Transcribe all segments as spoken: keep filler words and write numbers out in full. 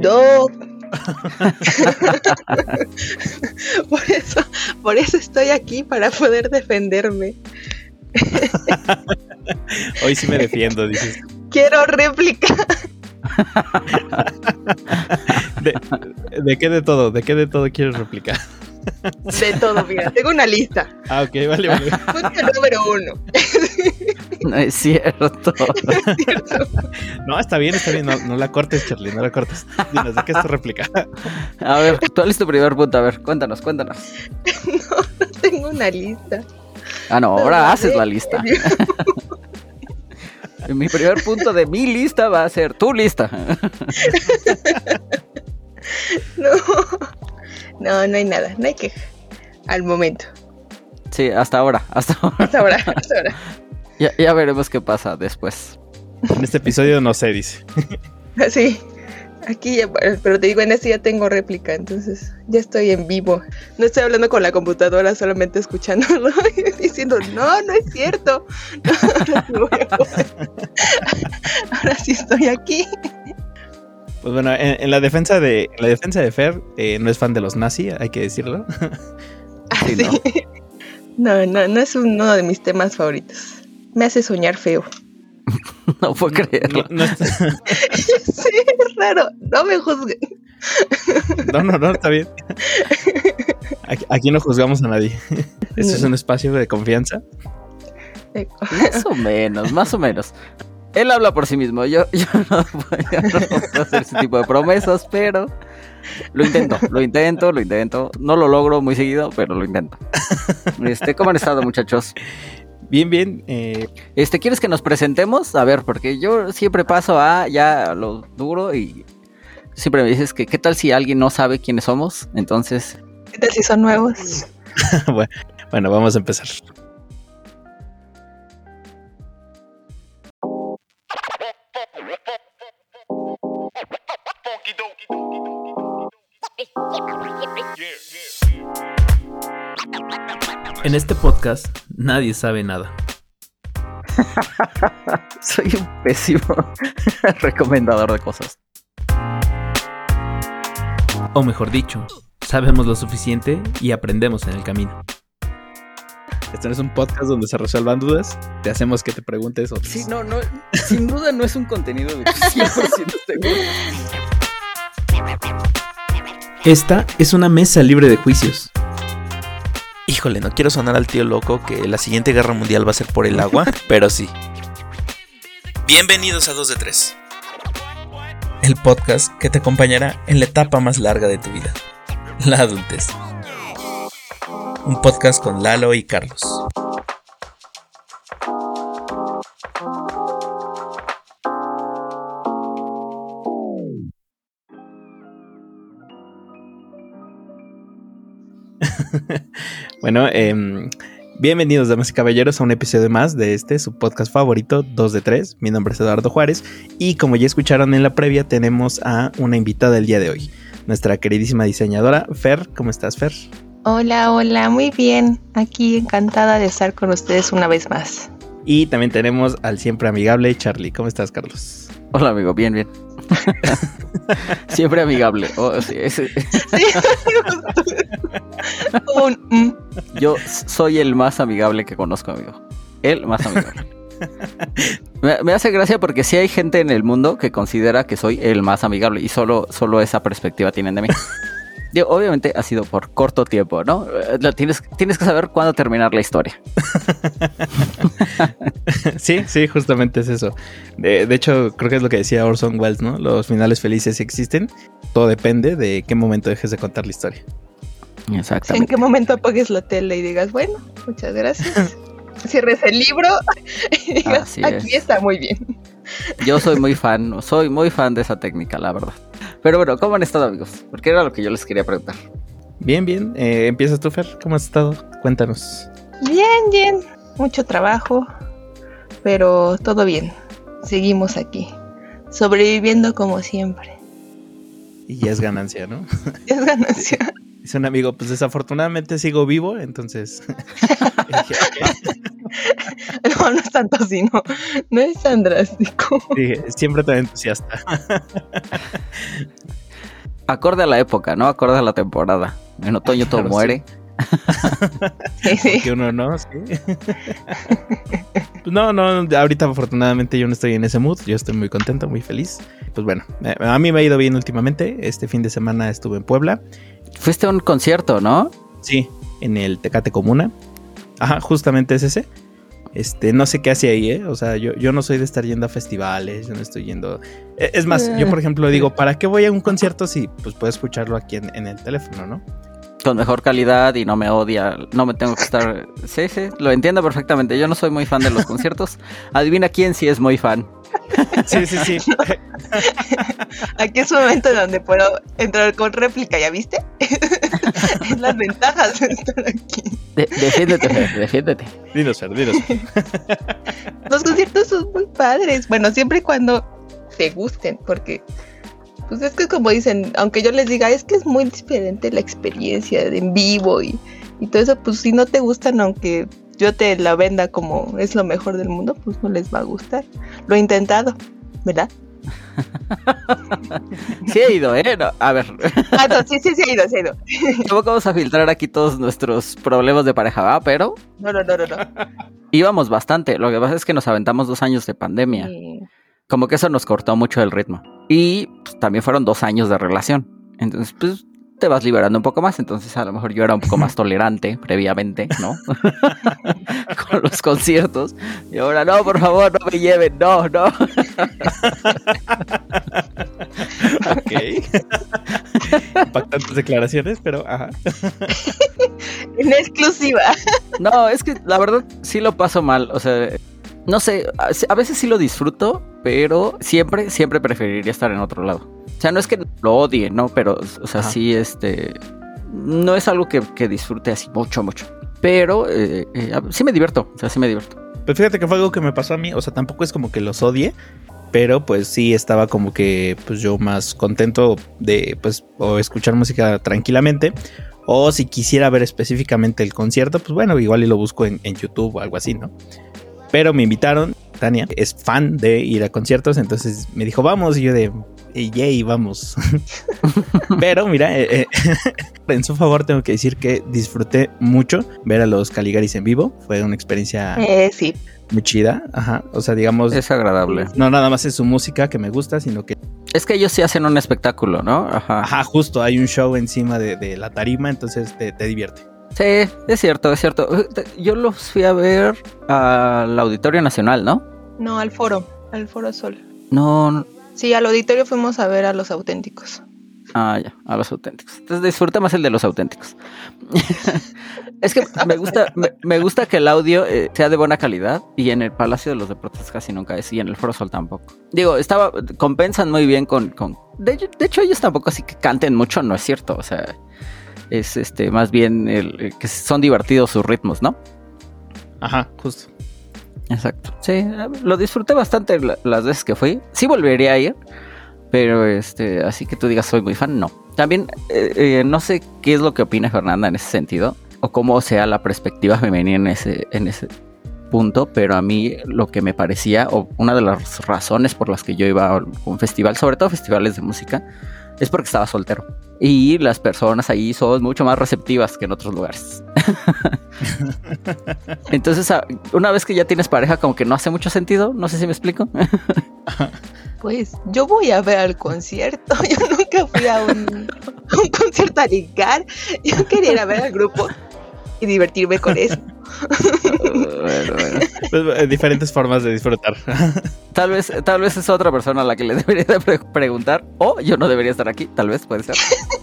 No. por eso, por eso estoy aquí, para poder defenderme. Hoy sí me defiendo, dices. Quiero réplica. ¿De, ¿De qué de todo? ¿De qué de todo quieres replicar? De todo, mira, tengo una lista. Ah, ok, vale, vale. Punto número uno. No es cierto. No es cierto. No, está bien, está bien. No, no la cortes, Charlie, no la cortes. Dinos, ¿de qué es tu réplica? A ver, ¿cuál es tu primer punto? A ver, cuéntanos, cuéntanos. No, no tengo una lista. Ah, no, ahora No, haces de- la lista. Mi primer punto de mi lista va a ser tu lista. No, no, no hay nada, no hay queja. Al momento. Sí, hasta ahora, hasta ahora. Hasta ahora, hasta ahora. Ya, ya veremos qué pasa después. En este episodio no sé, dice. Sí, aquí ya, pero te digo, en este ya tengo réplica, entonces ya estoy en vivo. No estoy hablando con la computadora, solamente escuchándolo y diciendo, no, no es cierto. No, ahora, sí voy a poder. Ahora sí estoy aquí. Pues bueno, en, en la defensa de en la defensa de Fer, eh, no es fan de los nazi, hay que decirlo. Sí, Sí. ¿no? No, no, no es uno de mis temas favoritos. Me hace soñar feo. No puedo creerlo. No, no, está- Sí, es raro. No me juzguen. no, no, no, está bien. Aquí, aquí no juzgamos a nadie. Este es un espacio de confianza. Más o menos, más o menos. Él habla por sí mismo. Yo, yo, no, yo no puedo hacer ese tipo de promesas, pero lo intento, lo intento, lo intento. No lo logro muy seguido, pero lo intento. Este, ¿cómo han estado, muchachos? Bien, bien. Eh, Este, ¿quieres que nos presentemos? A ver, porque yo siempre paso a ya a lo duro y siempre me dices que qué tal si alguien no sabe quiénes somos. Entonces, ¿Qué tal si son nuevos? bueno, bueno, vamos a empezar. En este podcast nadie sabe nada. soy un pésimo recomendador de cosas. O mejor dicho, sabemos lo suficiente y aprendemos en el camino. Este no es un podcast donde se resuelvan dudas, te hacemos que te preguntes otras. Sí, no, no, sin duda no es un contenido de cien por ciento seguro. Esta es una mesa libre de juicios. Híjole, no quiero sonar al tío loco que la siguiente guerra mundial va a ser por el agua, pero sí. Bienvenidos a dos de tres. El podcast que te acompañará en la etapa más larga de tu vida, la adultez. Un podcast con Lalo y Carlos. Bueno, eh, bienvenidos, damas y caballeros, a un episodio más de este, su podcast favorito, dos de tres. Mi nombre es Eduardo Juárez y como ya escucharon en la previa, tenemos a una invitada el día de hoy, nuestra queridísima diseñadora, Fer. ¿Cómo estás, Fer? Hola, hola, muy bien. Aquí encantada de estar con ustedes una vez más. Y también tenemos al siempre amigable Charlie. ¿Cómo estás, Carlos? Hola, amigo, bien, bien. Siempre amigable. Oh, sí, ese... Sí. Un, mm. Yo soy el más amigable que conozco, amigo. El más amigable. Me, me hace gracia porque sí hay gente en el mundo que considera que soy el más amigable y solo, solo esa perspectiva tienen de mí. Digo, obviamente ha sido por corto tiempo, ¿no? Tienes, tienes que saber cuándo terminar la historia. Sí, sí, justamente es eso. De, de hecho, creo que es lo que decía Orson Welles, ¿no? Los finales felices existen. Todo depende de qué momento dejes de contar la historia. Exactamente. ¿En qué momento apagues la tele y digas, bueno, muchas gracias? Cierres el libro y digas, Así aquí es. está muy bien. Yo soy muy fan, soy muy fan de esa técnica, la verdad. Pero bueno, ¿cómo han estado, amigos? Porque era lo que yo les quería preguntar. Bien, bien. Eh, Empiezas tú, Fer. ¿Cómo has estado? Cuéntanos. Bien, bien. Mucho trabajo, pero todo bien. Seguimos aquí, sobreviviendo como siempre. Y ya es ganancia, ¿no? Es ganancia. Dice un amigo, pues desafortunadamente sigo vivo, entonces... No, no es tanto así, no. No es tan drástico. Sí, siempre tan entusiasta. acorde a la época, ¿no? Acorde a la temporada. En otoño todo claro, muere. Sí. Sí. Que uno no, sí. Pues no, no, ahorita afortunadamente yo no estoy en ese mood. Yo estoy muy contento, muy feliz. Pues bueno, a mí me ha ido bien últimamente. Este fin de semana estuve en Puebla. Fuiste a un concierto, ¿no? Sí, en el Tecate Comuna. Ajá, justamente es ese. Este, no sé qué hace ahí, ¿eh? O sea, yo, yo no soy de estar yendo a festivales, yo no estoy yendo... Es más, yo por ejemplo digo, ¿para qué voy a un concierto si pues puedo escucharlo aquí en, en el teléfono, ¿no? Con mejor calidad y no me odia, no me tengo que estar... Sí, sí, lo entiendo perfectamente. Yo no soy muy fan de los conciertos. Adivina quién sí es muy fan. Sí, sí, sí. Aquí es un momento en donde puedo entrar con réplica, ¿ya viste? Es las ventajas de estar aquí. De- defiéndete, Fer, defiéndete. Dinos, Fer, dinos. Los conciertos son muy padres. Bueno, siempre y cuando te gusten, porque pues es que como dicen, aunque yo les diga, es que es muy diferente la experiencia de en vivo y, y todo eso, pues si no te gustan, aunque yo te la venda como es lo mejor del mundo, pues no les va a gustar. Lo he intentado, ¿verdad? Sí he ido, ¿eh? No, a ver. Ah, no, sí, sí, sí he ido, sí he ido. Tampoco vamos a filtrar aquí todos nuestros problemas de pareja, ¿va? Pero No, no, no, no, no. íbamos bastante. Lo que pasa es que nos aventamos dos años de pandemia. Sí. Como que eso nos cortó mucho el ritmo. Y pues, también fueron dos años de relación. Entonces, pues, te vas liberando un poco más. Entonces, a lo mejor yo era un poco más tolerante previamente, ¿no? Con los conciertos. Y ahora, no, por favor, no me lleven. No, no. Ok. Impactantes declaraciones, pero ajá. En exclusiva. No, es que la verdad sí lo paso mal. O sea, no sé, a a veces sí lo disfruto, pero siempre, siempre preferiría estar en otro lado. O sea, no es que lo odie, ¿no? Pero, o sea, Ajá. sí, este... No es algo que, que disfrute así mucho, mucho. Pero eh, eh, sí me divierto, o sea, sí me divierto. Pues fíjate que fue algo que me pasó a mí. O sea, tampoco es como que los odie, pero pues sí estaba como que pues yo más contento de pues o escuchar música tranquilamente. O si quisiera ver específicamente el concierto, pues bueno, igual y lo busco en, en YouTube o algo así, ¿no? Pero me invitaron, Tania es fan de ir a conciertos, entonces me dijo, vamos, y yo de, yay, vamos. Pero mira, eh, eh, en su favor tengo que decir que disfruté mucho ver a los Caligaris en vivo, fue una experiencia Eh, sí. muy chida, ajá, o sea, digamos, Es agradable. no nada más es su música que me gusta, sino que, Es que ellos sí hacen un espectáculo, ¿no? Ajá. ajá, justo hay un show encima de, de la tarima, entonces te, te divierte. Sí, es cierto, es cierto. Yo los fui a ver al Auditorio Nacional, ¿no? No, al foro, al foro Sol. No, no. Sí, al auditorio fuimos a ver a Los Auténticos. Ah, ya, a los auténticos. Entonces disfruta más el de los auténticos. Es que me gusta, me, me gusta que el audio eh, sea de buena calidad y en el Palacio de los Deportes casi nunca es y en el Foro Sol tampoco. Digo, estaba, compensan muy bien con, con de, de hecho ellos tampoco así que canten mucho, no es cierto, o sea, es este más bien el, el que son divertidos sus ritmos, ¿no? Ajá, justo. Exacto. Sí, lo disfruté bastante la, las veces que fui. Sí volvería a ir, pero este, así que tú digas soy muy fan, no. También eh, eh, no sé qué es lo que opina Fernanda en ese sentido o cómo sea la perspectiva femenina en ese en ese punto, pero a mí lo que me parecía o una de las razones por las que yo iba a un festival, sobre todo festivales de música, es porque estaba soltero y las personas ahí son mucho más receptivas que en otros lugares. Entonces, una vez que ya tienes pareja, como que no hace mucho sentido. No sé si me explico. Pues yo voy a ver al concierto. Yo nunca fui a un, a un concierto a ligar. Yo quería ir a ver al grupo y divertirme con eso. Bueno, bueno. Pues, diferentes formas de disfrutar. Tal vez, tal vez es otra persona a la que le debería de pre- preguntar. O yo no debería estar aquí. Tal vez puede ser.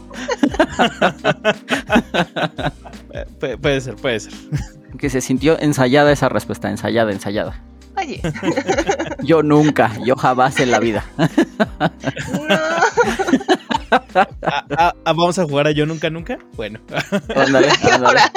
Pu- puede ser, puede ser. Que se sintió ensayada esa respuesta. Ensayada, ensayada. Oye. Yo nunca, yo jamás en la vida. No. Ah, ah, ah, vamos a jugar a Yo Nunca Nunca. Bueno. Ándale, ándale. Ahora.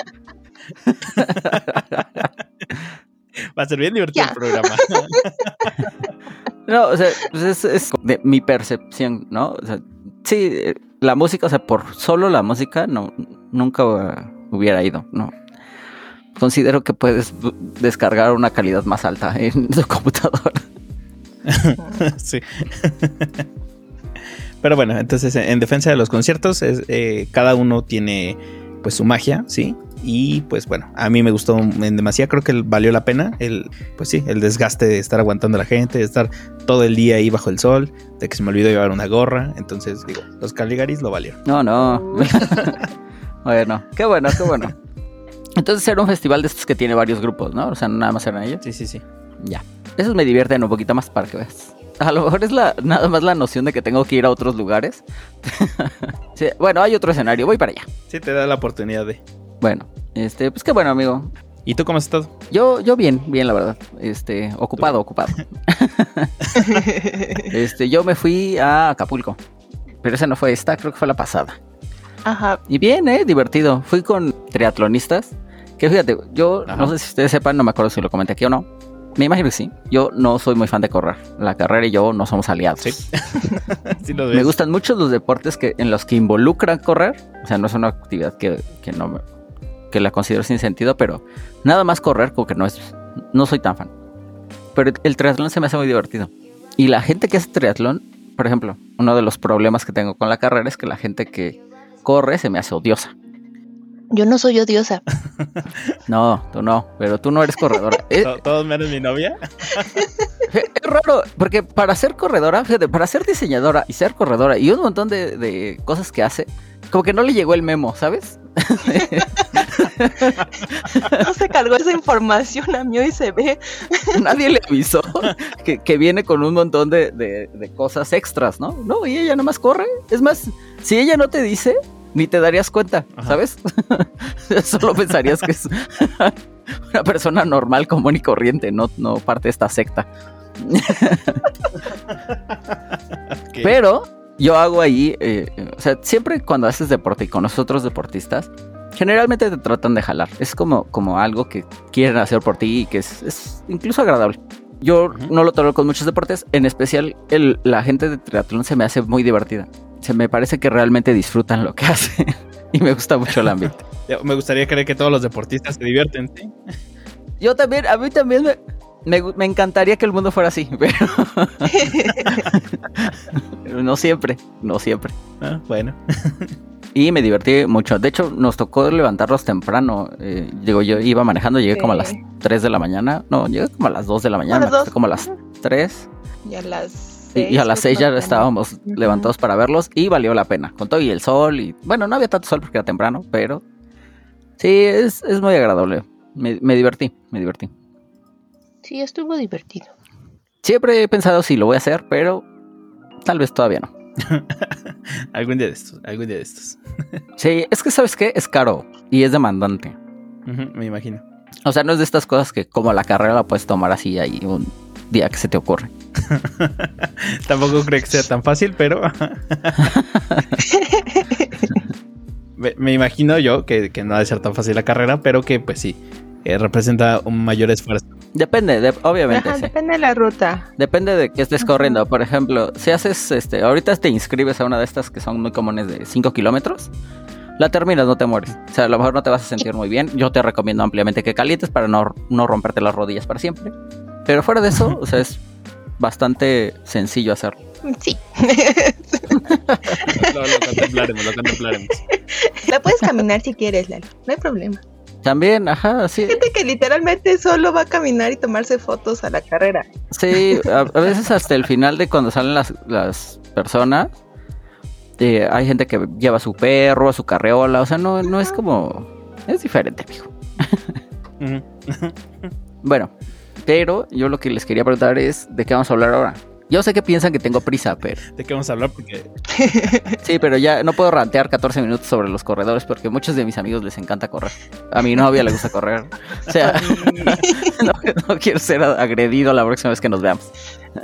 Va a ser bien divertido Ya. el programa. No, o sea, pues es, es de mi percepción, ¿no? O sea, sí, eh, la música, o sea, por solo la música, no, nunca uh, hubiera ido, ¿no? Considero que puedes bu- descargar una calidad más alta en tu computadora. Sí. Pero bueno, entonces en defensa de los conciertos, es, eh, cada uno tiene pues su magia, ¿sí? Y pues bueno, a mí me gustó en demasía, creo que valió la pena el, pues sí, el desgaste de estar aguantando a la gente, de estar todo el día ahí bajo el sol, de que se me olvidó llevar una gorra. Entonces digo, los Caligaris lo valieron. No, no. Bueno, qué bueno, qué bueno. Entonces era un festival de estos que tiene varios grupos, ¿no? O sea, nada más eran ellos. Sí, sí, sí. Ya. Esos me divierten un poquito más para que veas. A lo mejor es la, nada más la noción de que tengo que ir a otros lugares. Sí, bueno, hay otro escenario, voy para allá. Sí, te da la oportunidad de... Bueno, este, pues qué bueno, amigo. ¿Y tú cómo has estado? Yo, yo bien, bien, la verdad. Este, ocupado, ¿Tú? ocupado. Este, yo me fui a Acapulco. Pero esa no fue esta, creo que fue la pasada. Ajá. Y bien, eh, divertido. Fui con triatlonistas. Que fíjate, yo Ajá. no sé si ustedes sepan, no me acuerdo si lo comenté aquí o no. Me imagino que sí. Yo no soy muy fan de correr. La carrera y yo no somos aliados. Sí. Sí lo ves. Me gustan mucho los deportes que, en los que involucran correr. O sea, no es una actividad que, que no me, que la considero sin sentido, pero nada más correr como que no es, no soy tan fan. Pero el triatlón se me hace muy divertido. Y la gente que hace triatlón, por ejemplo, uno de los problemas que tengo con la carrera es que la gente que corre se me hace odiosa. Yo no soy odiosa. No, tú no, pero tú no eres corredora. ¿Todos menos mi novia? Es raro, porque para ser corredora, fíjate, para ser diseñadora y ser corredora y un montón de, de cosas que hace, como que no le llegó el memo, ¿sabes? No se cargó esa información a mí y se ve. Nadie le avisó que, que viene con un montón de, de, de cosas extras, ¿no? No, y ella nada más corre. Es más, si ella no te dice, ni te darías cuenta, Ajá. ¿sabes? Solo pensarías que es una persona normal, común y corriente, no, no parte de esta secta. Okay. Pero yo hago ahí, eh, o sea, siempre cuando haces deporte y con nosotros deportistas, generalmente te tratan de jalar. Es como, como algo que quieren hacer por ti y que es, es incluso agradable. Yo uh-huh. no lo tolero con muchos deportes, en especial el, la gente de triatlón se me hace muy divertida. Se me parece que realmente disfrutan lo que hacen y me gusta mucho el ambiente. Me gustaría creer que todos los deportistas se divierten, ¿sí? Yo también, a mí también me, me, me encantaría que el mundo fuera así, pero... pero no siempre, no siempre. Ah, bueno. Y me divertí mucho. De hecho, nos tocó levantarnos temprano. Eh, digo, yo iba manejando, llegué sí. como a las tres de la mañana. No, llegué como a las dos de la mañana. A las dos. Como a las tres. Y a las seis. Y, y a las seis ya estábamos uh-huh. levantados para verlos y valió la pena. Con todo y el sol. Y bueno, no había tanto sol porque era temprano, pero sí, es, es muy agradable. Me, me divertí, me divertí. Sí, estuvo divertido. Siempre he pensado si lo voy a hacer, pero tal vez todavía no. algún día de estos, algún día de estos. Sí, es que ¿sabes qué? Es caro y es demandante. Uh-huh, me imagino. O sea, no es de estas cosas que como la carrera la puedes tomar así ahí un día que se te ocurre. Tampoco creo que sea tan fácil, pero me, me imagino yo que, que no ha de ser tan fácil la carrera, pero que pues sí, eh, representa un mayor esfuerzo. Depende, de, obviamente. Ajá, sí. Depende de la ruta. Depende de qué estés Ajá. corriendo. Por ejemplo, si haces, este, ahorita te inscribes a una de estas que son muy comunes de cinco kilómetros, la terminas, no te mueres. O sea, a lo mejor no te vas a sentir muy bien. Yo te recomiendo ampliamente que calientes para no, no romperte las rodillas para siempre. Pero fuera de eso, o sea, es bastante sencillo hacerlo. Sí. lo, lo contemplaremos, lo contemplaremos. La puedes caminar si quieres, Lalo. No hay problema. También, ajá, sí. Hay gente que literalmente solo va a caminar y tomarse fotos a la carrera. Sí, a, a veces hasta el final de cuando salen las, las personas, eh, hay gente que lleva a su perro, a su carreola, o sea, no, no es como... Es diferente, amigo. Uh-huh. Bueno, pero yo lo que les quería preguntar es, ¿de qué vamos a hablar ahora? Yo sé que piensan que tengo prisa, pero... ¿De qué vamos a hablar? Porque... Sí, pero ya no puedo rantear catorce minutos sobre los corredores porque a muchos de mis amigos les encanta correr. A mi novia le gusta correr. O sea, no, no quiero ser agredido la próxima vez que nos veamos.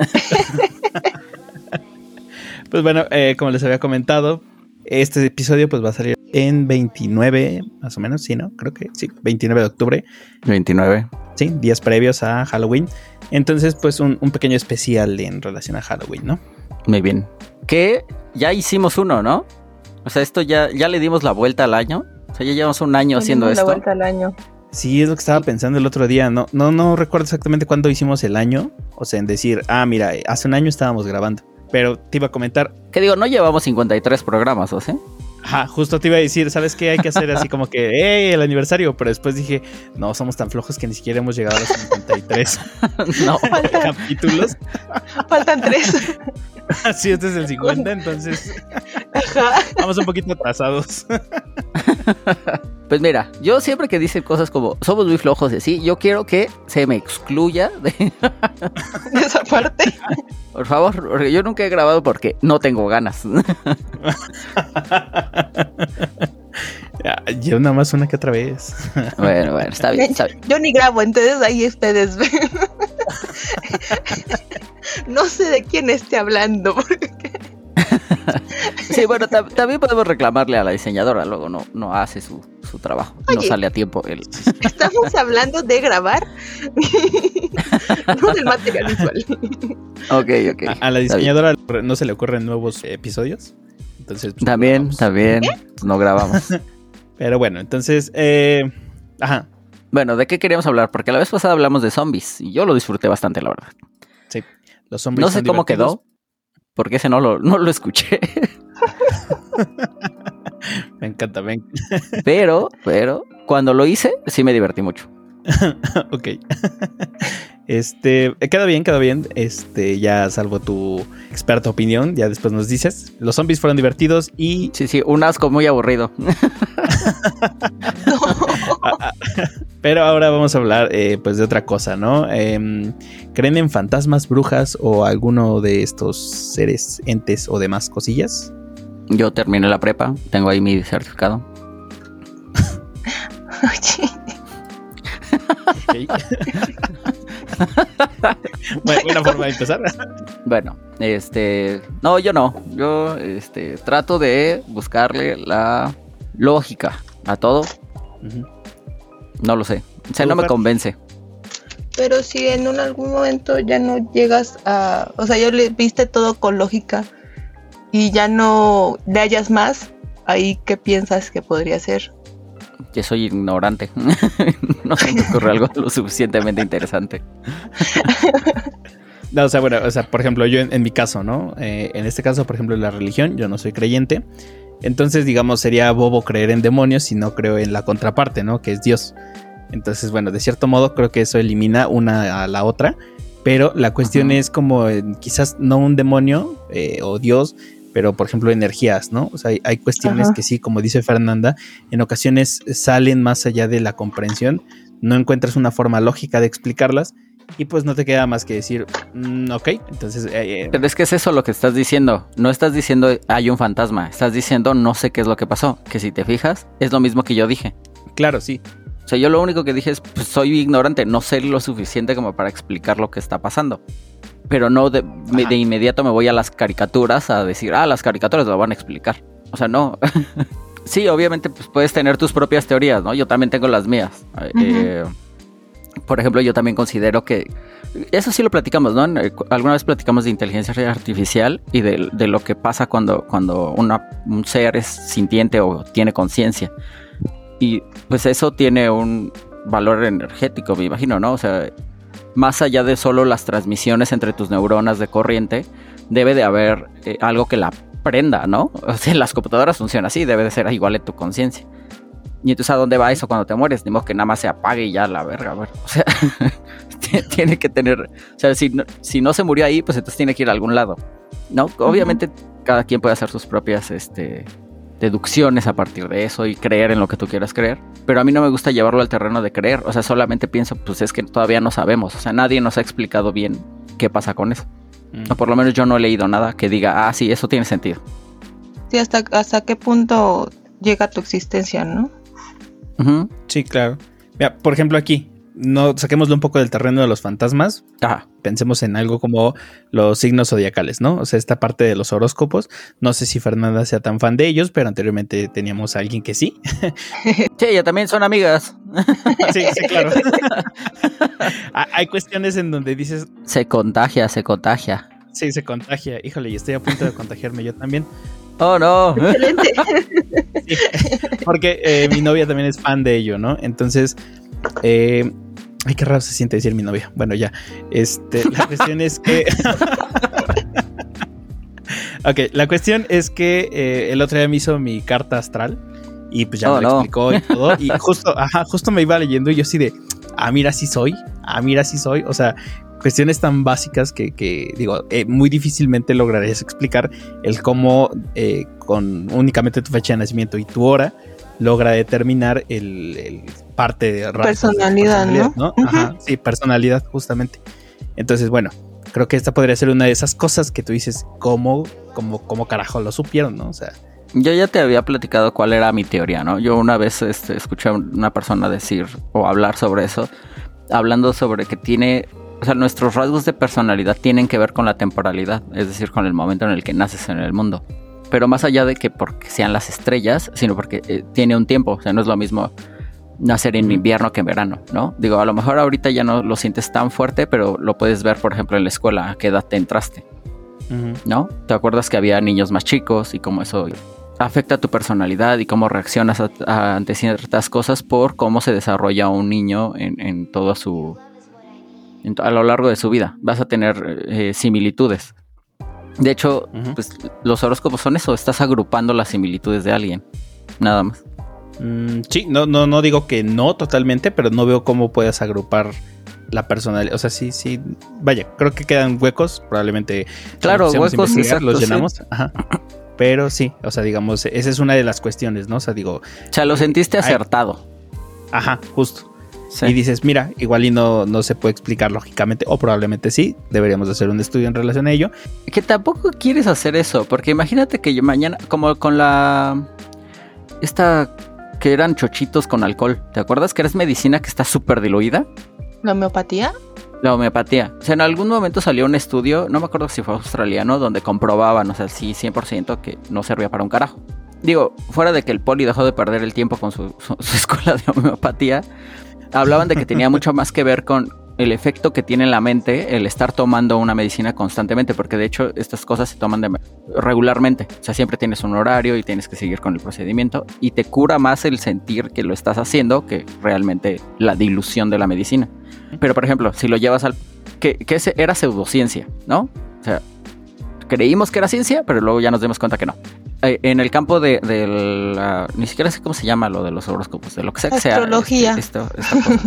Pues bueno, eh, como les había comentado, este episodio pues va a salir en veintinueve, más o menos, sí, ¿no? Creo que sí, veintinueve de octubre. veintinueve. Sí, días previos a Halloween. Entonces, pues un, un pequeño especial en relación a Halloween, ¿no? Muy bien. Que ya hicimos uno, ¿no? O sea, esto ya, ya le dimos la vuelta al año. O sea, ya llevamos un año haciendo esto. La vuelta al año. Sí, es lo que estaba pensando el otro día. No, no, no recuerdo exactamente cuándo hicimos el año. O sea, en decir, ah, mira, hace un año estábamos grabando. Pero te iba a comentar. Que digo, no llevamos cincuenta y tres programas, ¿o sí? Ajá, justo te iba a decir, ¿sabes qué? Hay que hacer así como que, ¡hey! El aniversario. Pero después dije, no, somos tan flojos que ni siquiera hemos llegado a los cincuenta y tres No. capítulos. Faltan tres. Sí, este es el cincuenta, entonces Ajá. vamos un poquito atrasados. Pues mira, yo siempre que dicen cosas como somos muy flojos y así, yo quiero que se me excluya de De esa parte. por favor, porque yo nunca he grabado porque no tengo ganas. Ya, yo nada más una que otra vez. Bueno, bueno, está bien, está bien. Yo ni grabo, entonces ahí ustedes ven. No sé de quién esté hablando. Porque... Sí, bueno, tam- también podemos reclamarle a la diseñadora, luego no, no hace su, su trabajo, no Oye. sale a tiempo. El... Estamos hablando de grabar, no del material visual. Ok, ok. A, a la diseñadora no se le ocurren nuevos episodios. Entonces, pues, También, grabamos. también, pues no grabamos. Pero bueno, entonces, eh, ajá, Bueno, ¿de qué queríamos hablar? Porque la vez pasada hablamos de zombies y yo lo disfruté bastante, la verdad. sí. Los zombies No sé son cómo divertidos. quedó, porque ese no lo, no lo escuché. Me encanta, me encanta. Pero, pero, cuando lo hice, sí me divertí mucho. Ok. Este, eh, queda bien, queda bien. Este, ya salvo tu experta opinión, ya después nos dices. Los zombies fueron divertidos y Sí, sí, un asco muy aburrido. pero ahora vamos a hablar eh, pues de otra cosa, ¿no? Eh, ¿creen en fantasmas, brujas o alguno de estos seres, entes o demás cosillas? Yo terminé la prepa, tengo ahí mi certificado. Oye, Okay. Bueno, buena forma de empezar. Bueno, este, no, yo no. Yo, este, trato de buscarle la lógica a todo. Ujú. No lo sé. O sea, no me convence. pero si en un algún momento ya no llegas a, o sea, ya le viste todo con lógica y ya no le hallas más, ahí qué piensas que podría ser. Que soy ignorante. No se me ocurre algo lo suficientemente interesante. No, o sea, bueno, o sea, por ejemplo, yo en, en mi caso, ¿no? Eh, en este caso, por ejemplo, la religión, yo no soy creyente. Entonces, digamos, sería bobo creer en demonios si no creo en la contraparte, ¿no? Que es Dios. Entonces, bueno, de cierto modo creo que eso elimina una a la otra. Pero la cuestión Ajá. es como eh, quizás no un demonio eh, o Dios, pero por ejemplo energías, ¿no? O sea, hay, hay cuestiones Ajá. que sí, como dice Fernanda, en ocasiones salen más allá de la comprensión, no encuentras una forma lógica de explicarlas y pues no te queda más que decir, mm, ok, entonces... Eh, eh, Pero es que es eso lo que estás diciendo. No estás diciendo hay un fantasma. Estás diciendo no sé qué es lo que pasó. Que si te fijas, es lo mismo que yo dije. claro, sí. O sea, yo lo único que dije es, pues soy ignorante. No sé lo suficiente como para explicar lo que está pasando. Pero no de, me- de inmediato me voy a las caricaturas a decir, ah, las caricaturas lo van a explicar. O sea, no. Sí, obviamente pues puedes tener tus propias teorías, ¿no? Yo también tengo las mías. Ujú. Eh, por ejemplo, yo también considero que... Eso sí lo platicamos, ¿no? En- eh, Alguna vez platicamos de inteligencia artificial y de, de lo que pasa cuando, cuando una, un ser es sintiente o tiene conciencia. Y pues eso tiene un valor energético, me imagino, ¿no? O sea, más allá de solo las transmisiones entre tus neuronas de corriente, debe de haber eh, algo que la prenda, ¿no? O sea, las computadoras funcionan así, debe de ser igual en tu conciencia. Y entonces, ¿a dónde va eso cuando te mueres? Ni modo que nada más se apague y ya la verga, güey. O sea, t- tiene que tener... O sea, si no, si no se murió ahí, pues entonces tiene que ir a algún lado, ¿no? Obviamente, cada quien puede hacer sus propias, este... deducciones a partir de eso y creer en lo que tú quieras creer, pero a mí no me gusta llevarlo al terreno de creer, o sea, solamente pienso, pues es que todavía no sabemos, o sea, nadie nos ha explicado bien qué pasa con eso, Mm. o por lo menos yo no he leído nada que diga, ah, sí, eso tiene sentido. Sí, hasta, hasta qué punto llega tu existencia, ¿no? Uh-huh. Sí, claro. Mira, por ejemplo aquí, no saquémoslo un poco del terreno de los fantasmas. Ajá. Pensemos en algo como los signos zodiacales, ¿no? O sea, esta parte de los horóscopos. No sé si Fernanda sea tan fan de ellos, pero anteriormente teníamos a alguien que sí. Sí, ya también son amigas. Sí, sí, claro. Hay cuestiones en donde dices, Se contagia, se contagia. sí, se contagia. Híjole, y estoy a punto de contagiarme yo también. Oh, no. Excelente. Sí, porque eh, mi novia también es fan de ello, ¿no? Entonces, eh, ay, qué raro se siente decir mi novia. Bueno, ya. Este, la cuestión es que Ok, la cuestión es que eh, el otro día me hizo mi carta astral y pues ya Oh, me lo no. explicó y todo. Y justo, ajá, justo me iba leyendo y yo así de, ah, mira, sí soy, ah, mira, sí soy. O sea, cuestiones tan básicas que, que digo, eh, muy difícilmente lograrías explicar el cómo eh, con únicamente tu fecha de nacimiento y tu hora logra determinar el, el parte de raza, Personalidad, de personalidad, ¿no? ¿no? Ajá, sí, personalidad, justamente. Entonces, bueno, creo que esta podría ser una de esas cosas que tú dices, ¿cómo, cómo, cómo carajo lo supieron, no? O sea, Yo ya te había platicado cuál era mi teoría, ¿no? Yo una vez este, escuché a una persona decir o hablar sobre eso, hablando sobre que tiene, o sea, nuestros rasgos de personalidad tienen que ver con la temporalidad, es decir, con el momento en el que naces en el mundo. Pero más allá de que porque sean las estrellas, sino porque eh, tiene un tiempo, o sea, no es lo mismo nacer en invierno que en verano, ¿no? Digo, a lo mejor ahorita ya no lo sientes tan fuerte, pero lo puedes ver, por ejemplo, en la escuela, a qué edad te entraste, uh-huh. ¿no? ¿Te acuerdas que había niños más chicos y cómo eso afecta tu personalidad y cómo reaccionas a, a, ante ciertas cosas por cómo se desarrolla un niño en, en todo su... En, a lo largo de su vida? Vas a tener eh, similitudes. De hecho, uh-huh. pues los horóscopos son eso, estás agrupando las similitudes de alguien, nada más. Mm, sí, no, no, no digo que no totalmente, pero no veo cómo puedas agrupar la personalidad. O sea, sí, sí, vaya, creo que quedan huecos, probablemente. Claro, huecos, exacto, los llenamos. Sí. Ajá. Pero sí, o sea, digamos, esa es una de las cuestiones, ¿no? O sea, digo. O sea, lo sentiste acertado. Hay... Ajá, justo. Sí. Y dices, mira, igual y no, no se puede explicar lógicamente, o probablemente sí, deberíamos hacer un estudio en relación a ello. Que tampoco quieres hacer eso, porque imagínate que yo mañana, como con la... Esta que eran chochitos con alcohol, ¿te acuerdas que eres medicina que está súper diluida? ¿La homeopatía? La homeopatía. O sea, en algún momento salió un estudio, no me acuerdo si fue australiano, donde comprobaban, o sea, sí, cien por ciento que no servía para un carajo. Digo, fuera de que el poli dejó de perder el tiempo con su, su, su escuela de homeopatía, hablaban de que tenía mucho más que ver con el efecto que tiene en la mente el estar tomando una medicina constantemente, porque de hecho estas cosas se toman de regularmente, o sea, siempre tienes un horario y tienes que seguir con el procedimiento y te cura más el sentir que lo estás haciendo que realmente la dilución de la medicina. Pero por ejemplo, si lo llevas al... que, que era pseudociencia, ¿no? O sea, creímos que era ciencia, pero luego ya nos dimos cuenta que no. Eh, en el campo de, de la... Ni siquiera sé cómo se llama lo de los horóscopos, de lo que sea que sea. Astrología. Este, esto, esta cosa.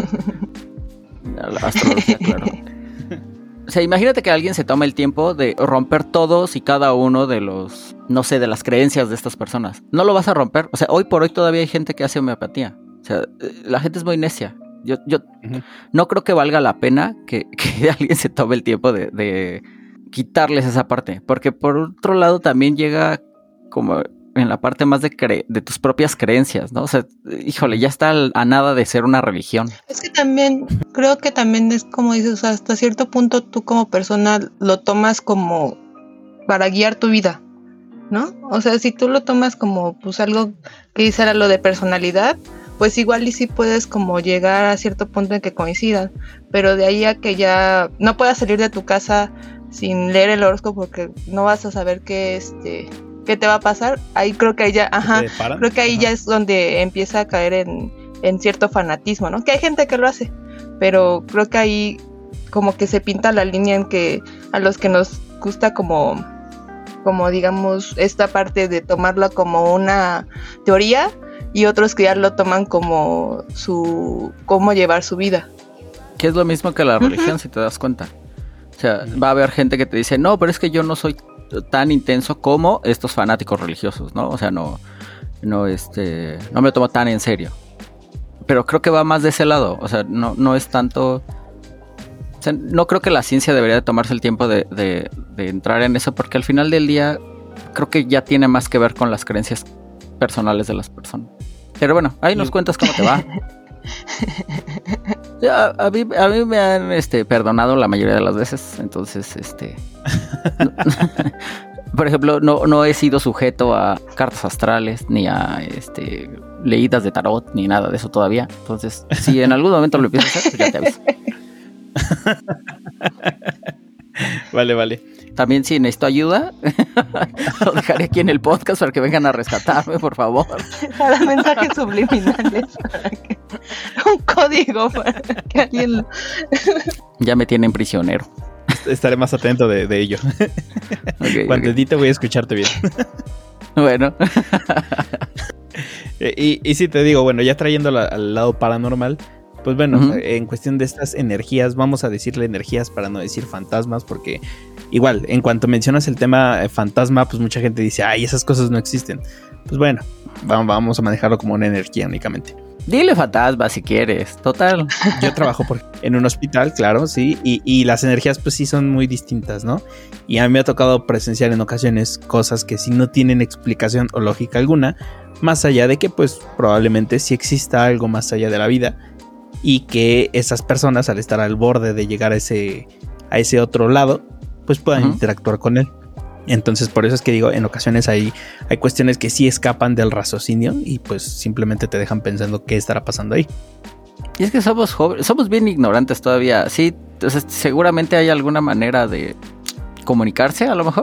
La astrología, claro. O sea, imagínate que alguien se toma el tiempo de romper todos y cada uno de los, no sé, de las creencias de estas personas. No lo vas a romper. O sea, hoy por hoy todavía hay gente que hace homeopatía. O sea, la gente es muy necia. Yo, yo uh-huh. no creo que valga la pena que, que alguien se tome el tiempo de, de quitarles esa parte. Porque por otro lado también llega como en la parte más de, cre- de tus propias creencias, ¿no? O sea, híjole, ya está a nada de ser una religión. Es que también, creo que también es como dices, o sea, hasta cierto punto tú como persona lo tomas como para guiar tu vida, ¿no? O sea, si tú lo tomas como pues algo que dice era lo de personalidad, pues igual y sí puedes como llegar a cierto punto en que coincidan, pero de ahí a que ya no puedas salir de tu casa sin leer el horóscopo porque no vas a saber qué este qué te va a pasar, ahí creo que ahí ya, ajá, creo que ahí ajá. ya es donde empieza a caer en, en cierto fanatismo, ¿no? Que hay gente que lo hace, pero creo que ahí como que se pinta la línea en que a los que nos gusta como, como digamos, esta parte de tomarla como una teoría y otros que ya lo toman como su, cómo llevar su vida. Que es lo mismo que la religión, uh-huh. si te das cuenta. O sea, va a haber gente que te dice, no, pero es que yo no soy tan intenso como estos fanáticos religiosos, ¿no? O sea, no, no, este, no me lo tomo tan en serio. Pero creo que va más de ese lado. O sea, no, no es tanto. O sea, no creo que la ciencia debería de tomarse el tiempo de, de, de entrar en eso, porque al final del día creo que ya tiene más que ver con las creencias personales de las personas. Pero bueno, ahí nos cuentas cómo te va. A, a, mí, a mí me han este, perdonado la mayoría de las veces, entonces, este, no, por ejemplo, no, no he sido sujeto a cartas astrales, ni a este, leídas de tarot, ni nada de eso todavía. Entonces, si en algún momento lo empiezo a hacer, pues ya te aviso. Vale, vale. También si necesito ayuda, lo dejaré aquí en el podcast para que vengan a rescatarme, por favor. Para mensajes subliminales. Para que... Un código para que alguien lo... Ya me tienen prisionero. estaré más atento de, de ello. Okay, Cuando okay. edite voy a escucharte bien. Bueno. y, y sí, te digo, bueno, ya trayéndolo al lado paranormal, pues bueno, uh-huh. en cuestión de estas energías, vamos a decirle energías para no decir fantasmas, porque igual, en cuanto mencionas el tema fantasma, pues mucha gente dice, ay, esas cosas no existen. Pues bueno, vamos a manejarlo como una energía únicamente. Dile fantasma si quieres, total. Yo trabajo por, en un hospital, claro, sí, y, y las energías pues sí son muy distintas, ¿no? Y a mí me ha tocado presenciar en ocasiones cosas que sí no tienen explicación o lógica alguna, más allá de que pues probablemente sí exista algo más allá de la vida y que esas personas al estar al borde de llegar a ese, a ese otro lado, pues puedan uh-huh. interactuar con él. Entonces por eso es que digo, en ocasiones hay, hay cuestiones que sí escapan del raciocinio y pues simplemente te dejan pensando qué estará pasando ahí. Y es que somos jóvenes, somos bien ignorantes todavía. Sí, entonces seguramente hay alguna manera de comunicarse, a lo mejor.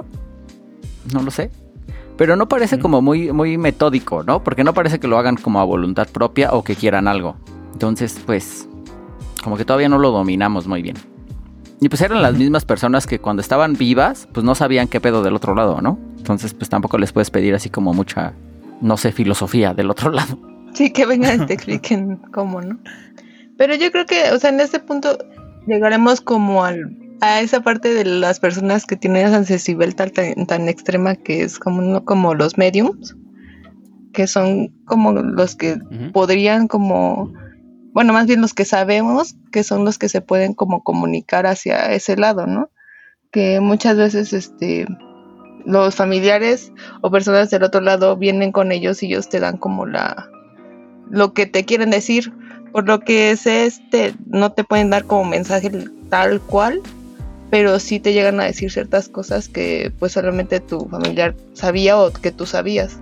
No lo sé. Pero no parece mm. como muy, muy metódico, ¿no? Porque no parece que lo hagan como a voluntad propia o que quieran algo. Entonces, pues, como que todavía no lo dominamos muy bien. Y pues eran las mismas personas que cuando estaban vivas, pues no sabían qué pedo del otro lado, ¿no? Entonces, pues tampoco les puedes pedir así como mucha, no sé, filosofía del otro lado. Sí, que vengan y te expliquen cómo, ¿no? Pero yo creo que, o sea, en este punto llegaremos como al, a esa parte de las personas que tienen esa sensibilidad tan, tan, tan extrema que es como, no, como los mediums, que son como los que uh-huh. podrían como... Bueno, más bien los que sabemos que son los que se pueden como comunicar hacia ese lado, ¿no? Que muchas veces este los familiares o personas del otro lado vienen con ellos y ellos te dan como la lo que te quieren decir. Por lo que sé, este no te pueden dar como mensaje tal cual, pero sí te llegan a decir ciertas cosas que pues solamente tu familiar sabía o que tú sabías.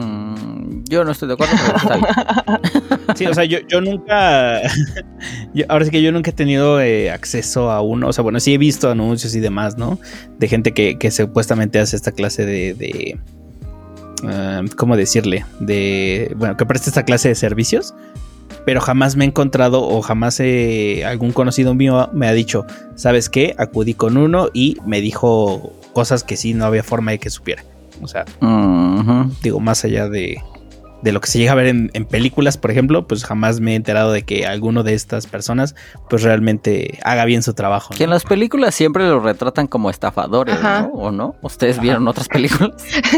Mm, yo no estoy de acuerdo, pero está bien. Sí, o sea, yo, yo nunca, yo, ahora sí que yo nunca he tenido eh, acceso a uno, o sea, bueno, sí he visto anuncios y demás, ¿no? De gente que, que supuestamente hace esta clase de, de uh, ¿cómo decirle? De, bueno, que presta esta clase de servicios, pero jamás me he encontrado o jamás eh, algún conocido mío me ha dicho, ¿sabes qué? Acudí con uno y me dijo cosas que sí no había forma de que supiera. O sea, uh-huh. digo, más allá de, de lo que se llega a ver en, en películas, por ejemplo, pues jamás me he enterado de que alguno de estas personas pues realmente haga bien su trabajo, ¿no? Que en las películas siempre los retratan como estafadores, Ajá. ¿no? ¿O no? ¿Ustedes Ajá. vieron otras películas?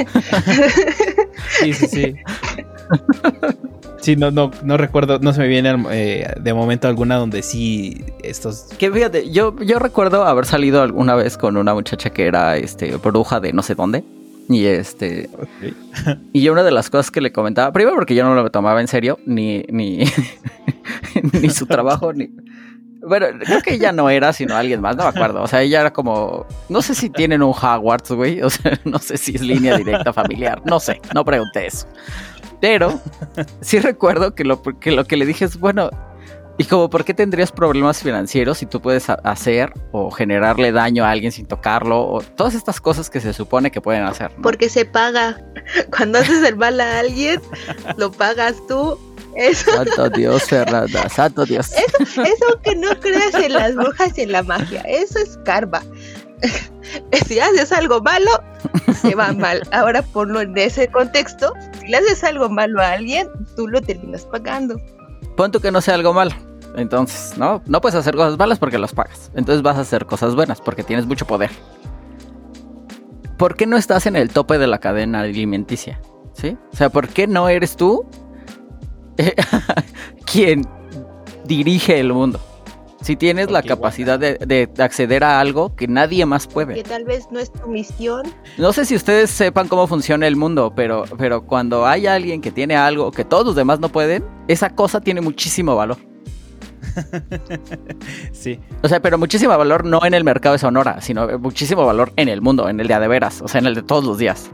Sí, sí, sí. Sí, no, no, no recuerdo, no se me viene eh, de momento alguna donde sí estos... Que fíjate, yo, yo recuerdo haber salido alguna vez con una muchacha que era este bruja de no sé dónde. Y este okay. Y yo una de las cosas que le comentaba, primero porque yo no lo tomaba en serio, ni ni, ni su trabajo, ni bueno, creo que ella no era, sino alguien más, no me acuerdo. O sea, ella era como, no sé si tienen un Hogwarts, güey. O sea, no sé si es línea directa familiar, no sé, no pregunté eso. Pero sí recuerdo que lo que, lo que le dije es, bueno, y como, ¿por qué tendrías problemas financieros si tú puedes a- hacer o generarle daño a alguien sin tocarlo? O todas estas cosas que se supone que pueden hacer, ¿no? Porque se paga. Cuando haces el mal a alguien, lo pagas tú. Eso. Santo Dios, Fernanda, santo Dios. Eso, eso que no creas en las brujas y en la magia, eso es karma. Si haces algo malo, te va mal. Ahora ponlo en ese contexto. Si le haces algo malo a alguien, tú lo terminas pagando. Pon tú que no sea algo malo. Entonces, ¿no? No puedes hacer cosas malas porque las pagas. Entonces vas a hacer cosas buenas porque tienes mucho poder. ¿Por qué no estás en el tope de la cadena alimenticia? ¿Sí? O sea, ¿por qué no eres tú quien dirige el mundo? Si tienes okay, la capacidad de, de acceder a algo que nadie más puede. Que tal vez no es tu misión. No sé si ustedes sepan cómo funciona el mundo, pero, pero cuando hay alguien que tiene algo que todos los demás no pueden, esa cosa tiene muchísimo valor. Sí. O sea, pero muchísimo valor no en el mercado de Sonora, sino muchísimo valor en el mundo, en el de a de veras, o sea, en el de todos los días.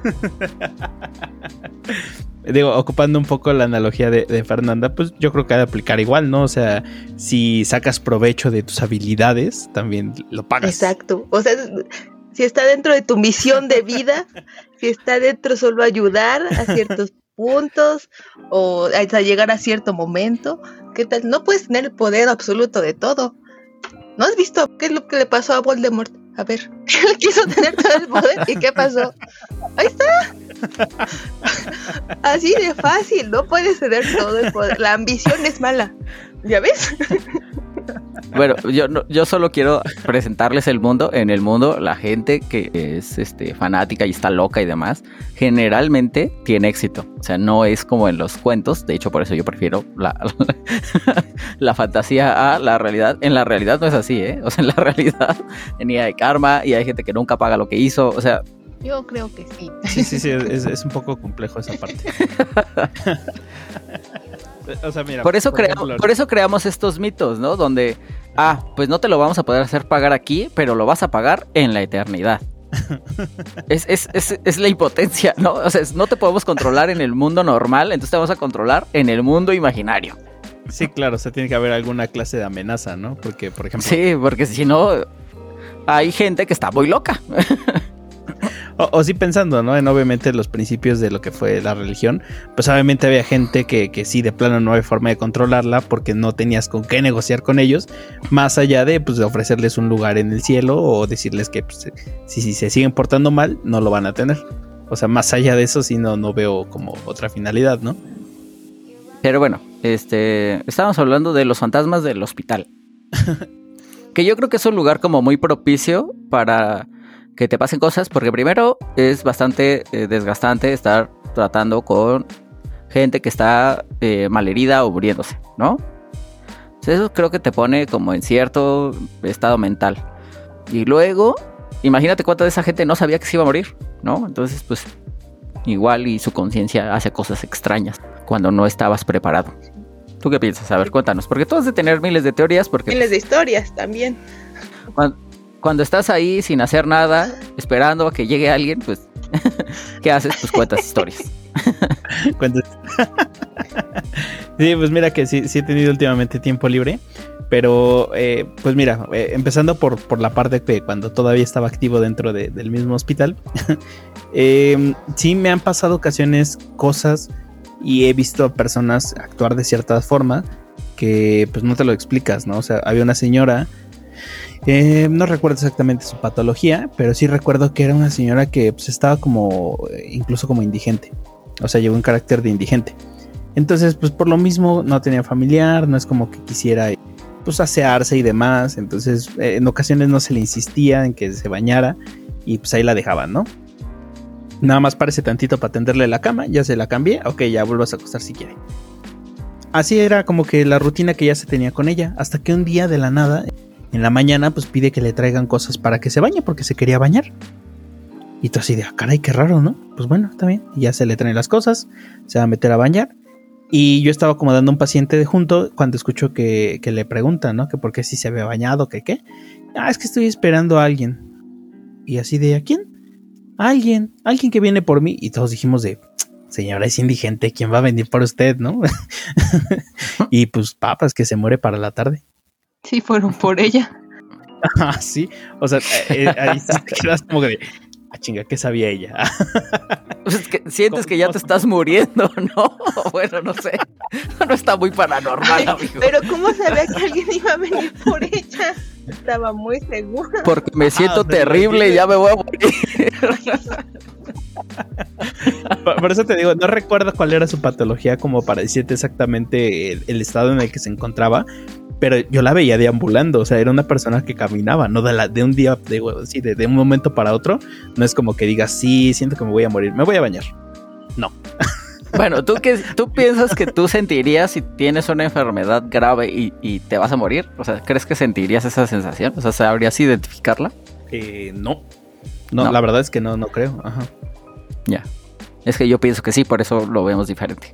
Digo, ocupando un poco la analogía de, de Fernanda, pues yo creo que ha de aplicar igual, ¿no? O sea, si sacas provecho de tus habilidades, también lo pagas. Exacto. O sea, si está dentro de tu misión de vida, si está dentro solo ayudar a ciertos puntos o hasta llegar a cierto momento, ¿qué tal? No puedes tener el poder absoluto de todo. ¿No has visto qué es lo que le pasó a Voldemort? A ver, él quiso tener todo el poder. ¿Y qué pasó? Ahí está. Así de fácil, no puedes tener todo el poder. La ambición es mala. ¿Ya ves? Bueno, yo, no, yo solo quiero presentarles el mundo. En el mundo, la gente que es este, fanática y está loca y demás, generalmente tiene éxito. O sea, no es como en los cuentos. De hecho, por eso yo prefiero la, la, la fantasía a la realidad. En la realidad no es así, ¿eh? O sea, en la realidad tenía de karma y hay gente que nunca paga lo que hizo. O sea... Yo creo que sí. Sí, sí, sí, es, es un poco complejo esa parte. O sea, mira, por eso por, creamos, ejemplo, por eso creamos estos mitos, ¿no? Donde, ah, pues no te lo vamos a poder hacer pagar aquí, pero lo vas a pagar en la eternidad. es, es, es, es la impotencia, ¿no? O sea, no te podemos controlar en el mundo normal, entonces te vamos a controlar en el mundo imaginario. Sí, claro, o sea, tiene que haber alguna clase de amenaza, ¿no? Porque, por ejemplo... Sí, porque si no, hay gente que está muy loca. O, o sí pensando, ¿no? En obviamente los principios de lo que fue la religión, pues obviamente había gente que, que sí, de plano no había forma de controlarla porque no tenías con qué negociar con ellos, más allá de, pues, de ofrecerles un lugar en el cielo o decirles que pues, si, si se siguen portando mal, no lo van a tener. O sea, más allá de eso sí no, no veo como otra finalidad, ¿no? Pero bueno, este, estábamos hablando de los fantasmas del hospital. Que yo creo que es un lugar como muy propicio para... que te pasen cosas, porque primero es bastante eh, desgastante estar tratando con gente que está eh, malherida o muriéndose, ¿no? Entonces eso creo que te pone como en cierto estado mental. Y luego, imagínate cuánta de esa gente no sabía que se iba a morir, ¿no? Entonces, pues, igual y su conciencia hace cosas extrañas cuando no estabas preparado. ¿Tú qué piensas? A ver, cuéntanos, porque tú has de tener miles de teorías, porque... Miles de historias también. Cuando, Cuando estás ahí sin hacer nada, esperando a que llegue alguien, pues, ¿qué haces? Pues cuentas historias. Sí, pues mira que sí, sí he tenido últimamente tiempo libre, pero eh, pues mira, eh, empezando por, por la parte que cuando todavía estaba activo dentro de, del mismo hospital, eh, sí me han pasado ocasiones cosas y he visto a personas actuar de cierta forma que pues no te lo explicas, ¿no? O sea, había una señora... Eh, no recuerdo exactamente su patología, pero sí recuerdo que era una señora que pues, estaba como, incluso como indigente. O sea, llevó un carácter de indigente. Entonces, pues por lo mismo no tenía familiar, no es como que quisiera pues asearse y demás. Entonces, eh, en ocasiones no se le insistía en que se bañara y pues ahí la dejaban, ¿no? Nada más parece tantito para tenderle la cama, ya se la cambié, ok, ya vuelvas a acostar si quiere. Así era como que la rutina que ya se tenía con ella, hasta que un día de la nada... En la mañana pues pide que le traigan cosas para que se bañe porque se quería bañar. Y tú así de, ah, caray, qué raro, ¿no? Pues bueno, está bien. Y ya se le traen las cosas, se va a meter a bañar. Y yo estaba acomodando a un paciente de junto cuando escucho que, que le preguntan, ¿no? Que por qué si se había bañado, que qué. Ah, es que estoy esperando a alguien. Y así de, ¿a quién? A alguien, alguien que viene por mí. Y todos dijimos de, señora, es indigente, ¿quién va a venir por usted, no? Y pues, papas, que se muere para la tarde. Sí, fueron por ella. Ah, sí, o sea, eh, ahí sí te quedas como de, ah, chinga, ¿qué sabía ella? Pues es que sientes que ya te estás muriendo, ¿no? Bueno, no sé, no está muy paranormal, Ay, amigo. pero ¿cómo sabía que alguien iba a venir por ella? Estaba muy segura. Porque me siento Ah, o sea, terrible y ya me voy a morir. Por, por eso te digo, no recuerdo cuál era su patología como para decirte exactamente el, el estado en el que se encontraba. Pero yo la veía deambulando, o sea, era una persona que caminaba, no de, la, de un día, de, sí, de, de un momento para otro. No es como que digas, sí, siento que me voy a morir, me voy a bañar. No. Bueno, ¿tú, qué, ¿tú piensas que tú sentirías si tienes una enfermedad grave y, y te vas a morir? O sea, ¿crees que sentirías esa sensación? O sea, ¿sabrías identificarla? Eh, no. no. No, la verdad es que no, no creo. Ajá. Ya. Es que yo pienso que sí, por eso lo vemos diferente.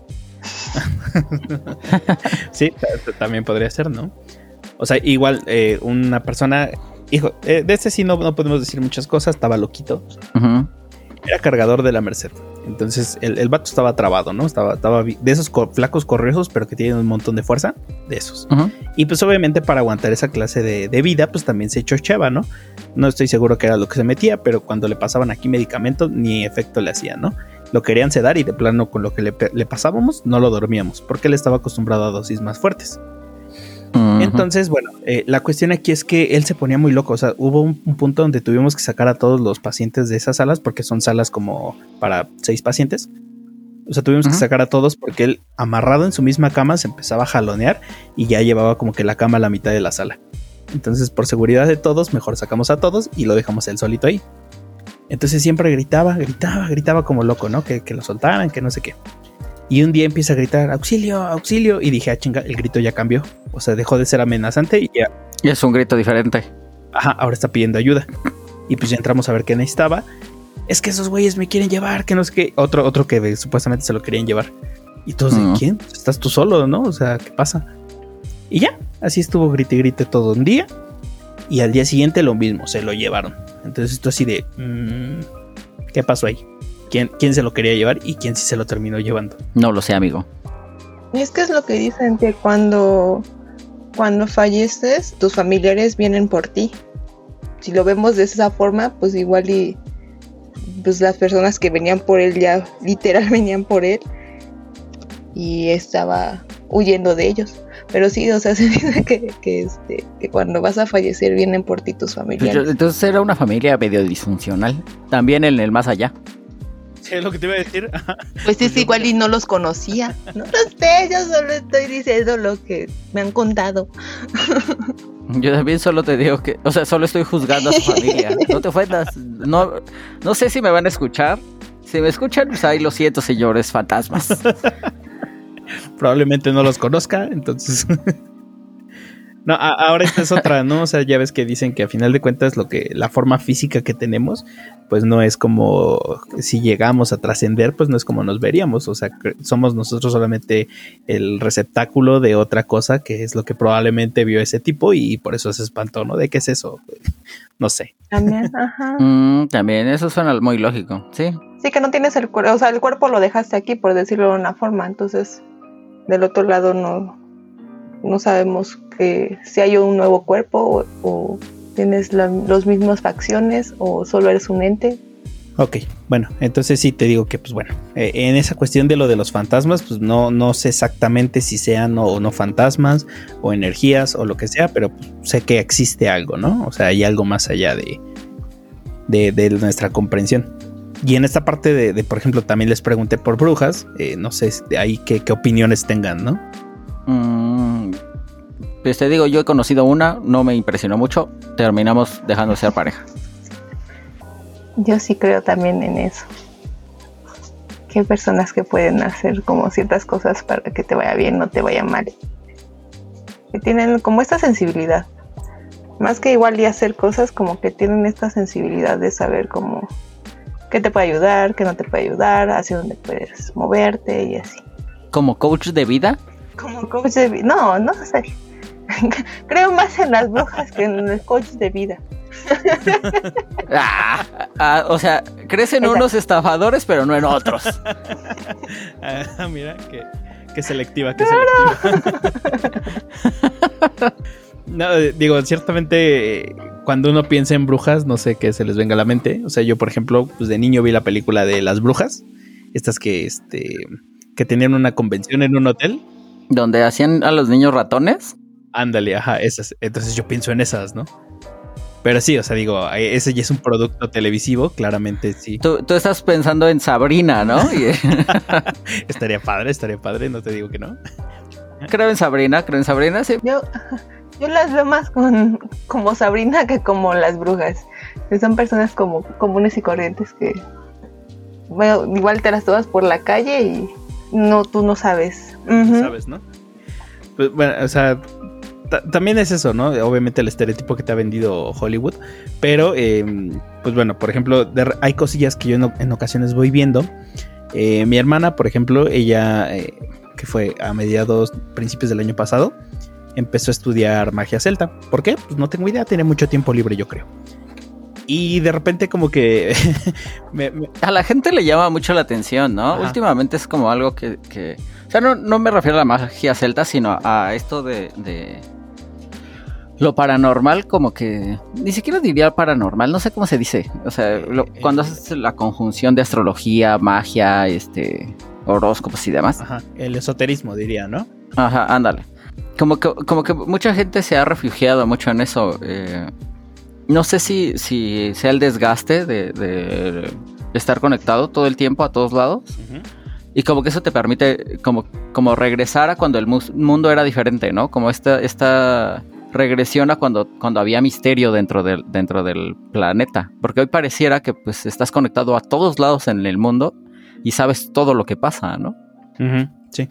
Sí, también podría ser, ¿no? O sea, igual eh, una persona, hijo, eh, de este sí no, no podemos decir muchas cosas, estaba loquito. Uh-huh. Era cargador de la Merced. Entonces el, el vato estaba trabado, ¿no? Estaba, estaba de esos co- flacos corriosos, pero que tienen un montón de fuerza, de esos. Uh-huh. Y pues obviamente para aguantar esa clase de, de vida, pues también se chocheaba, ¿no? No estoy seguro que era lo que se metía, pero cuando le pasaban aquí medicamentos, ni efecto le hacían, ¿no? Lo querían sedar y de plano con lo que le, le pasábamos no lo dormíamos porque él estaba acostumbrado a dosis más fuertes. Uh-huh. Entonces, bueno, eh, la cuestión aquí es que él se ponía muy loco. O sea, hubo un, un punto donde tuvimos que sacar a todos los pacientes de esas salas, porque son salas como para seis pacientes. O sea, tuvimos uh-huh. que sacar a todos porque él, amarrado en su misma cama, se empezaba a jalonear y ya llevaba como que la cama a la mitad de la sala. Entonces, por seguridad de todos, mejor sacamos a todos y lo dejamos él solito ahí. Entonces siempre gritaba, gritaba, gritaba como loco, ¿no? Que, que lo soltaran, que no sé qué. Y un día empieza a gritar, auxilio, auxilio. Y dije, ah, chinga, el grito ya cambió. O sea, dejó de ser amenazante y ya. Y es un grito diferente. Ajá, ahora está pidiendo ayuda. Y pues ya entramos a ver qué necesitaba. Es que esos güeyes me quieren llevar, que no sé qué. Otro, otro que de, supuestamente se lo querían llevar. Y todos, uh-huh. ¿de quién? Estás tú solo, ¿no? O sea, ¿qué pasa? Y ya, así estuvo grite y grite todo un día. Y al día siguiente lo mismo, se lo llevaron. Entonces esto así de... Mmm, ¿qué pasó ahí? ¿Quién, ¿Quién se lo quería llevar y quién sí se lo terminó llevando? No lo sé, amigo. Y es que es lo que dicen, que cuando, cuando falleces, tus familiares vienen por ti. Si lo vemos de esa forma, pues igual y... Pues las personas que venían por él ya literal venían por él. Y estaba huyendo de ellos. Pero sí, o sea, se dice que, que, este, que cuando vas a fallecer vienen por ti tus familiares. Entonces era una familia medio disfuncional. También en el más allá. Sí, es lo que te iba a decir. Pues es igual y no los conocía. No lo sé, yo solo estoy diciendo lo que me han contado. Yo también solo te digo que, o sea, solo estoy juzgando a su familia. No te ofendas. No, no sé si me van a escuchar. Si me escuchan, pues ahí lo siento, señores fantasmas. Probablemente no los conozca, entonces... No, a, ahora esta es otra, ¿no? O sea, ya ves que dicen que a final de cuentas lo que la forma física que tenemos, pues no es como si llegamos a trascender, pues no es como nos veríamos. O sea, somos nosotros solamente el receptáculo de otra cosa, que es lo que probablemente vio ese tipo y por eso se espantó, ¿no? ¿De qué es eso? No sé. También, ajá. Mm, también, eso suena muy lógico, sí. Sí, que no tienes el cuerpo, o sea, el cuerpo lo dejaste aquí, por decirlo de una forma, entonces del otro lado no... No sabemos que si hay un nuevo cuerpo o, o tienes la, los mismas facciones o solo eres un ente. Ok, bueno, entonces sí te digo que pues bueno, eh, en esa cuestión de lo de los fantasmas, pues no, no sé exactamente si sean o no fantasmas o energías o lo que sea, pero pues, sé que existe algo, ¿no? O sea, hay algo más allá de, de, de nuestra comprensión. Y en esta parte de, de, por ejemplo, también les pregunté por brujas, eh, no sé de ahí qué, qué opiniones tengan, ¿no? Mm, pues te digo, yo he conocido una, no me impresionó mucho, terminamos dejando de ser pareja. Yo sí creo también en eso. Que hay personas que pueden hacer como ciertas cosas para que te vaya bien, no te vaya mal. Que tienen como esta sensibilidad. Más que igual y hacer cosas, como que tienen esta sensibilidad de saber cómo qué te puede ayudar, qué no te puede ayudar, hacia dónde puedes moverte y así. ¿Como coach de vida? Como coach de vida. No, no sé. Creo más en las brujas que en el coach de vida. ah, ah, o sea, crees en Exacto. unos estafadores, pero no en otros. Ah, mira, qué, qué selectiva, qué selectiva. No, digo, ciertamente cuando uno piensa en brujas, no sé qué se les venga a la mente. O sea, yo, por ejemplo, pues de niño vi la película de Las Brujas. Estas que, este, que tenían una convención en un hotel. ¿Donde hacían a los niños ratones? Ándale, ajá, esas. Entonces yo pienso en esas, ¿no? Pero sí, o sea, digo, ese ya es un producto televisivo, claramente sí. Tú, tú estás pensando en Sabrina, ¿no? Estaría padre, estaría padre, no te digo que no. Creo en Sabrina, creo en Sabrina, sí. Yo, yo las veo más con, como Sabrina que como las brujas. Que son personas como comunes y corrientes que, bueno, igual te las tomas por la calle y no, tú no sabes. Uh-huh. No sabes, ¿no? Pues, bueno, o sea, t- también es eso, ¿no? Obviamente el estereotipo que te ha vendido Hollywood, pero, eh, pues bueno, por ejemplo, de, hay cosillas que yo en, en ocasiones voy viendo. Eh, mi hermana, por ejemplo, ella, eh, que fue a mediados, principios del año pasado, empezó a estudiar magia celta. ¿Por qué? Pues no tengo idea, tiene mucho tiempo libre, yo creo. Y de repente como que... me, me... A la gente le llama mucho la atención, ¿no? Ajá. Últimamente es como algo que... que... O sea, no, no me refiero a la magia celta, sino a esto de, de... Lo paranormal, como que... Ni siquiera diría paranormal, no sé cómo se dice. O sea, lo, cuando haces la conjunción de astrología, magia, este... horóscopos y demás. Ajá, el esoterismo diría, ¿no? Ajá, ándale. como que, como que mucha gente se ha refugiado mucho en eso. Eh, no sé si, si sea el desgaste de, de estar conectado todo el tiempo a todos lados. Uh-huh. Y como que eso te permite como, como regresar a cuando el mu- mundo era diferente, ¿no? Como esta, esta regresión a cuando, cuando había misterio dentro del, dentro del planeta. Porque hoy pareciera que pues estás conectado a todos lados en el mundo y sabes todo lo que pasa, ¿no? Uh-huh. Sí.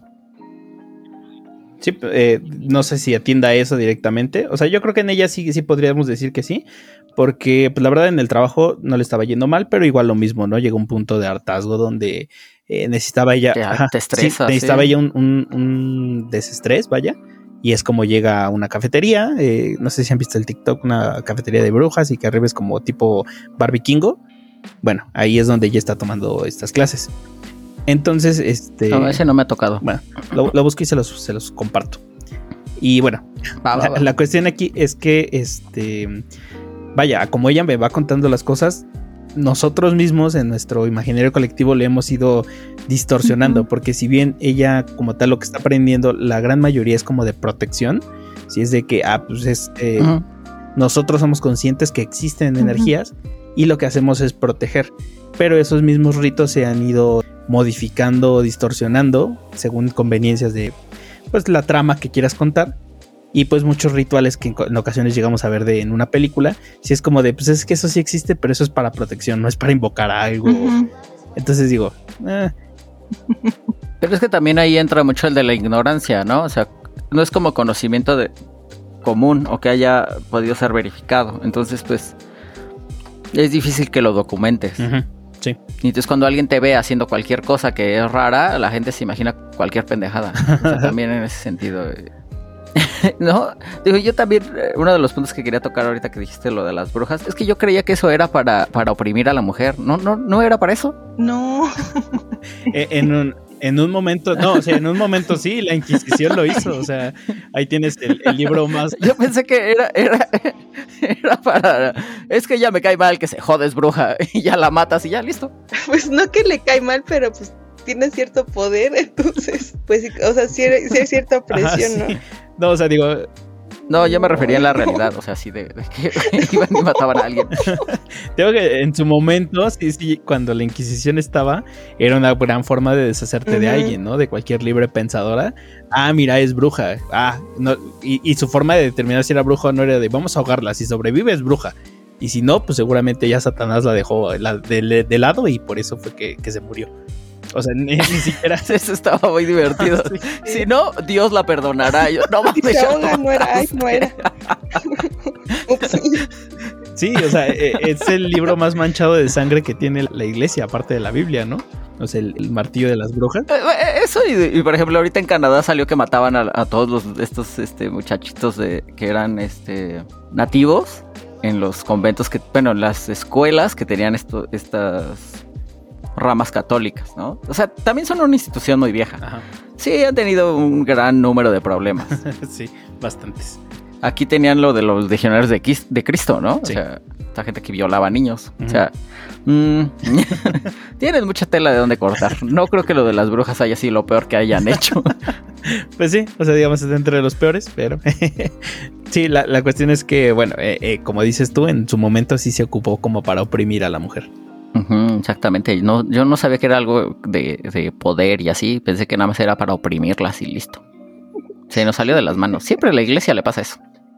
Sí, eh, no sé si atienda a eso directamente. O sea, yo creo que en ella sí, sí podríamos decir que sí. Porque, pues la verdad, en el trabajo no le estaba yendo mal, pero igual lo mismo, ¿no? Llegó un punto de hartazgo donde eh, necesitaba ella... Te, ajá, te estresa, sí, necesitaba sí. ella un, un, un desestrés, vaya. Y es como llega a una cafetería. Eh, no sé si han visto el TikTok, una cafetería de brujas y que arriba es como tipo Barbie Kingo. Bueno, ahí es donde ella está tomando estas clases. Entonces, este... No, ese no me ha tocado. Bueno, lo, lo busco y se los, se los comparto. Y bueno, va, va, la, va. la cuestión aquí es que, este... Vaya, como ella me va contando las cosas, nosotros mismos en nuestro imaginario colectivo le hemos ido distorsionando, uh-huh. porque si bien ella como tal lo que está aprendiendo, la gran mayoría es como de protección, si es de que, ah, pues es, eh, uh-huh. nosotros somos conscientes que existen uh-huh. energías y lo que hacemos es proteger, pero esos mismos ritos se han ido modificando, distorsionando según conveniencias de, pues, la trama que quieras contar. Y pues muchos rituales que en ocasiones llegamos a ver de, en una película, si es como de, pues es que eso sí existe, pero eso es para protección, no es para invocar a algo. Uh-huh. Entonces digo, eh. Pero es que también ahí entra mucho el de la ignorancia, ¿no? O sea, no es como conocimiento de común o que haya podido ser verificado. Entonces, pues, es difícil que lo documentes. Uh-huh. Sí. Y entonces cuando alguien te ve haciendo cualquier cosa que es rara, la gente se imagina cualquier pendejada. O sea, también en ese sentido... Eh, no, digo, yo también, uno de los puntos que quería tocar ahorita que dijiste lo de las brujas, es que yo creía que eso era para, para oprimir a la mujer. ¿No, no, no era para eso? No. en, un, en un momento, no, o sea, en un momento sí, la Inquisición lo hizo, o sea, ahí tienes el, el libro más... Yo pensé que era, era, era para... Es que ya me cae mal que se jodes bruja y ya la matas y ya, listo. Pues no que le cae mal, pero pues tiene cierto poder, entonces, pues, o sea, sí, sí hay cierta presión, ajá, sí. ¿no? No, o sea, digo... No, yo me refería a la realidad, o sea, sí, de, de que iban y mataban a alguien. Digo que en su momento, sí, sí, cuando la Inquisición estaba, era una gran forma de deshacerte uh-huh. de alguien, ¿no? De cualquier libre pensadora. Ah, mira, es bruja. Ah, no, y, y su forma de determinar si era bruja o no era de vamos a ahogarla, si sobrevive es bruja. Y si no, pues seguramente ya Satanás la dejó la, de, de lado y por eso fue que, que se murió. O sea, ni, ni siquiera... Eso estaba muy divertido. Sí. Si no, Dios la perdonará. Yo, no mames. Si ahoga, no era, ay, no era. Sí, o sea, es el libro más manchado de sangre que tiene la iglesia, aparte de la Biblia, ¿no? O sea, el, el martillo de las brujas. Eso, y, y por ejemplo, ahorita en Canadá salió que mataban a, a todos los, estos este, muchachitos de, que eran este, nativos en los conventos, que, bueno, en las escuelas que tenían esto, estas... ramas católicas, ¿no? O sea, también son una institución muy vieja. Ajá. Sí, han tenido un gran número de problemas. Sí, bastantes. Aquí tenían lo de los legionarios de, de Cristo, ¿no? Sí. O sea, esta gente que violaba niños. Uh-huh. O sea, mmm, tienen mucha tela de dónde cortar. No creo que lo de las brujas haya sido lo peor que hayan hecho. Pues sí, o sea, digamos, es entre los peores, pero... Sí, la, la cuestión es que, bueno, eh, eh, como dices tú, en su momento sí se ocupó como para oprimir a la mujer. Uh-huh, exactamente, no, yo no sabía que era algo de, de poder y así, pensé que nada más era para oprimirlas y listo. Se nos salió de las manos, siempre a la iglesia le pasa eso.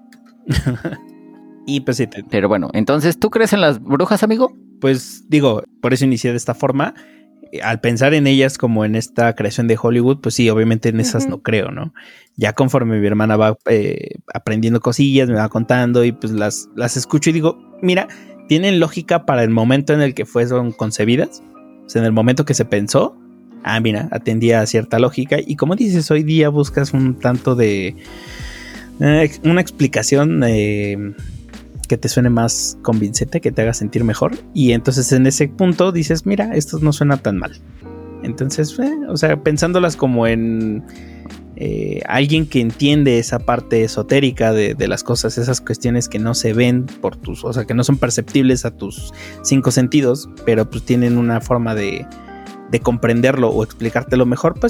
Y pues sí. Te... Pero bueno, entonces, ¿tú crees en las brujas, amigo? Pues digo, por eso inicié de esta forma. Al pensar en ellas como en esta creación de Hollywood, pues sí, obviamente en esas uh-huh. no creo, ¿no? Ya conforme mi hermana va eh, aprendiendo cosillas, me va contando y pues las, las escucho y digo, mira... tienen lógica para el momento en el que fueron concebidas. O sea, en el momento que se pensó, ah, mira, atendía a cierta lógica. Y como dices, hoy día buscas un tanto de... Eh, una explicación eh, que te suene más convincente, que te haga sentir mejor. Y entonces en ese punto dices, mira, esto no suena tan mal. Entonces, eh, o sea, pensándolas como en... Eh, alguien que entiende esa parte esotérica de, de las cosas, esas cuestiones que no se ven por tus, o sea, que no son perceptibles a tus cinco sentidos, pero pues tienen una forma de, de comprenderlo o explicártelo mejor, pues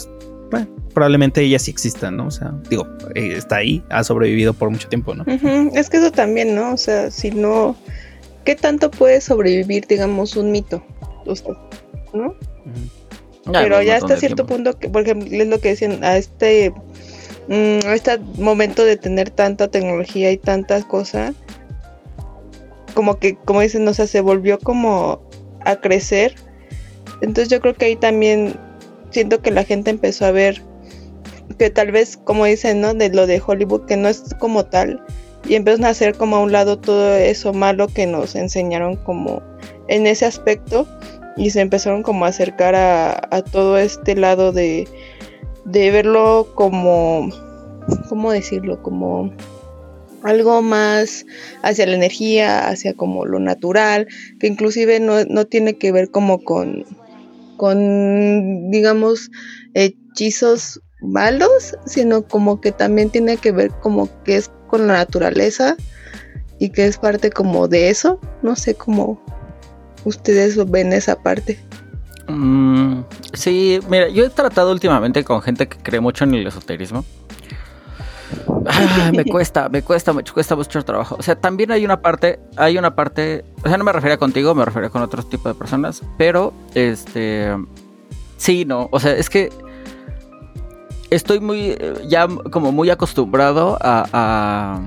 bueno, probablemente ella sí exista, ¿no? O sea, digo, eh, está ahí, ha sobrevivido por mucho tiempo, ¿no? Uh-huh. Es que eso también, ¿no? O sea, si no, ¿qué tanto puede sobrevivir, digamos, un mito? O sea, ¿no? Uh-huh. Ya, pero ya hasta cierto tiempo. punto, que, por ejemplo, es lo que decían, a este, mmm, a este momento de tener tanta tecnología y tantas cosas, como que, como dicen, o sea, se volvió como a crecer. Entonces yo creo que ahí también siento que la gente empezó a ver que tal vez, como dicen, ¿no? De lo de Hollywood, que no es como tal, y empezaron a hacer como a un lado todo eso malo que nos enseñaron como en ese aspecto, y se empezaron como a acercar a, a todo este lado de, de verlo como, ¿cómo decirlo? Como algo más hacia la energía, hacia como lo natural, que inclusive no, no tiene que ver como con, con, digamos, hechizos malos, sino como que también tiene que ver como que es con la naturaleza y que es parte como de eso. No sé cómo ustedes ven esa parte. Mm, sí, mira, yo he tratado últimamente con gente que cree mucho en el esoterismo. Ah, me cuesta, me cuesta, me cuesta mucho trabajo. O sea, también hay una parte, hay una parte, o sea, no me refería contigo, me refería con otros tipos de personas, pero, este, sí, no, o sea, es que estoy muy, ya como muy acostumbrado a,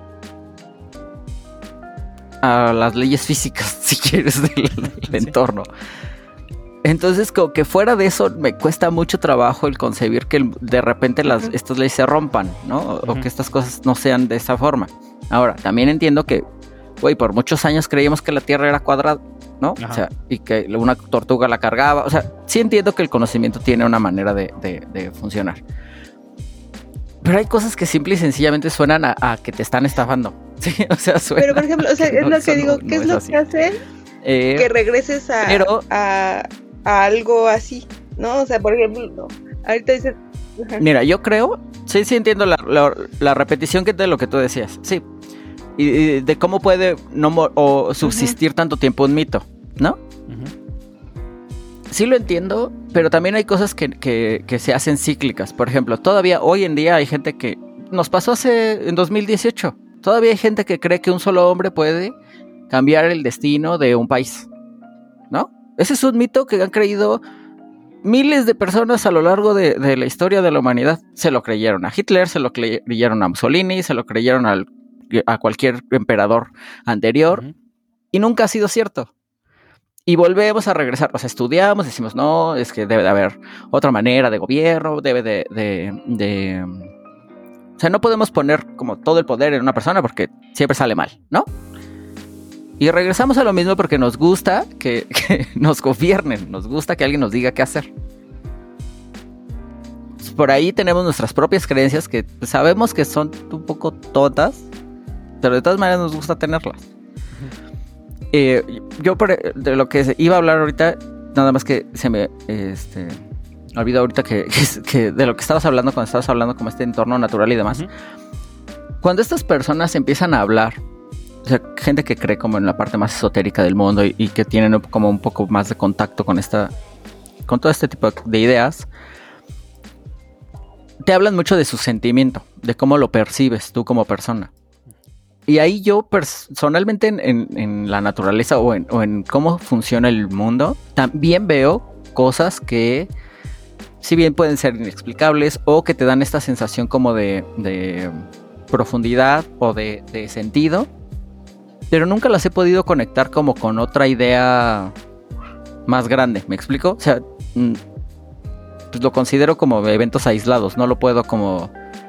a, a las leyes físicas, si quieres, del, del sí. entorno. Entonces, como que fuera de eso, me cuesta mucho trabajo el concebir que de repente las, uh-huh. estas leyes se rompan, ¿no? Uh-huh. O que estas cosas no sean de esa forma. Ahora, también entiendo que, güey, por muchos años creíamos que la Tierra era cuadrada, ¿no? Uh-huh. O sea, y que una tortuga la cargaba. O sea, sí entiendo que el conocimiento tiene una manera de, de, de funcionar. Pero hay cosas que simple y sencillamente suenan a, a que te están estafando. Sí, o sea, suena. Pero, por ejemplo, o sea, es no, lo que digo, no, ¿qué no es, es lo así. que hacen? Eh, que regreses a... Pero, a a algo así, ¿no? O sea, por ejemplo, no. Ahorita dices... Uh-huh. Mira, yo creo, sí, sí entiendo la, la, la repetición que de lo que tú decías, sí. Y, y de cómo puede no mo- o subsistir uh-huh. tanto tiempo un mito, ¿no? Uh-huh. Sí lo entiendo, pero también hay cosas que, que, que se hacen cíclicas. Por ejemplo, todavía hoy en día hay gente que... Nos pasó hace en dos mil dieciocho. Todavía hay gente que cree que un solo hombre puede cambiar el destino de un país, ¿no? Ese es un mito que han creído miles de personas a lo largo de, de la historia de la humanidad. Se lo creyeron a Hitler, se lo creyeron a Mussolini, se lo creyeron al, a cualquier emperador anterior, uh-huh. y nunca ha sido cierto. Y volvemos a regresar, o sea, estudiamos, decimos, no, es que debe de haber otra manera de gobierno, debe de, de, de... O sea, no podemos poner como todo el poder en una persona porque siempre sale mal, ¿no? Y regresamos a lo mismo porque nos gusta que, que nos gobiernen, nos gusta que alguien nos diga qué hacer. Por ahí tenemos nuestras propias creencias que sabemos que son un poco tontas, pero de todas maneras nos gusta tenerlas. Uh-huh. Eh, yo por, de lo que iba a hablar ahorita, nada más que se me este, olvidó ahorita que, que, que de lo que estabas hablando cuando estabas hablando como este entorno natural y demás. Uh-huh. Cuando estas personas empiezan a hablar, o sea, gente que cree como en la parte más esotérica del mundo y, y que tienen como un poco más de contacto con esta, con todo este tipo de ideas, te hablan mucho de su sentimiento, de cómo lo percibes tú como persona. Y ahí yo personalmente en, en, en la naturaleza o en, o en cómo funciona el mundo, también veo cosas que si bien pueden ser inexplicables o que te dan esta sensación como de, de profundidad o de, de sentido, pero nunca las he podido conectar como con otra idea más grande, ¿me explico? O sea, pues lo considero como eventos aislados, no lo puedo como...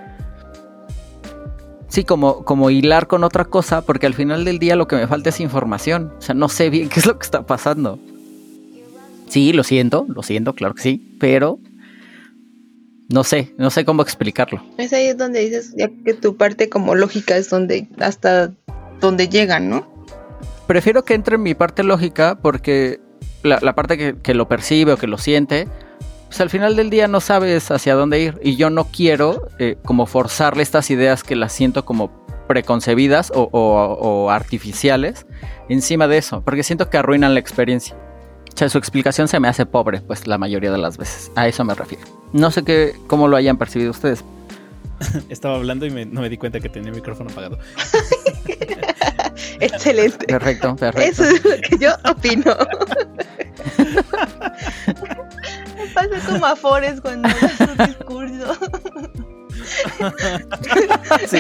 Sí, como, como hilar con otra cosa, porque al final del día lo que me falta es información. O sea, no sé bien qué es lo que está pasando. Sí, lo siento, lo siento, claro que sí, pero... No sé, no sé cómo explicarlo. Es ahí donde dices ya que tu parte como lógica es donde hasta... donde llegan, ¿no? Prefiero que entre en mi parte lógica porque la, la parte que, que lo percibe o que lo siente, pues al final del día no sabes hacia dónde ir y yo no quiero eh, como forzarle estas ideas que las siento como preconcebidas o, o, o artificiales encima de eso, porque siento que arruinan la experiencia. O sea, su explicación se me hace pobre, pues la mayoría de las veces. A eso me refiero. No sé qué, cómo lo hayan percibido ustedes. Estaba hablando y me, no me di cuenta que tenía el micrófono apagado. Excelente. Perfecto, perfecto. Eso es lo que yo opino. Me pasa como a Forrest cuando da su discurso. Sí.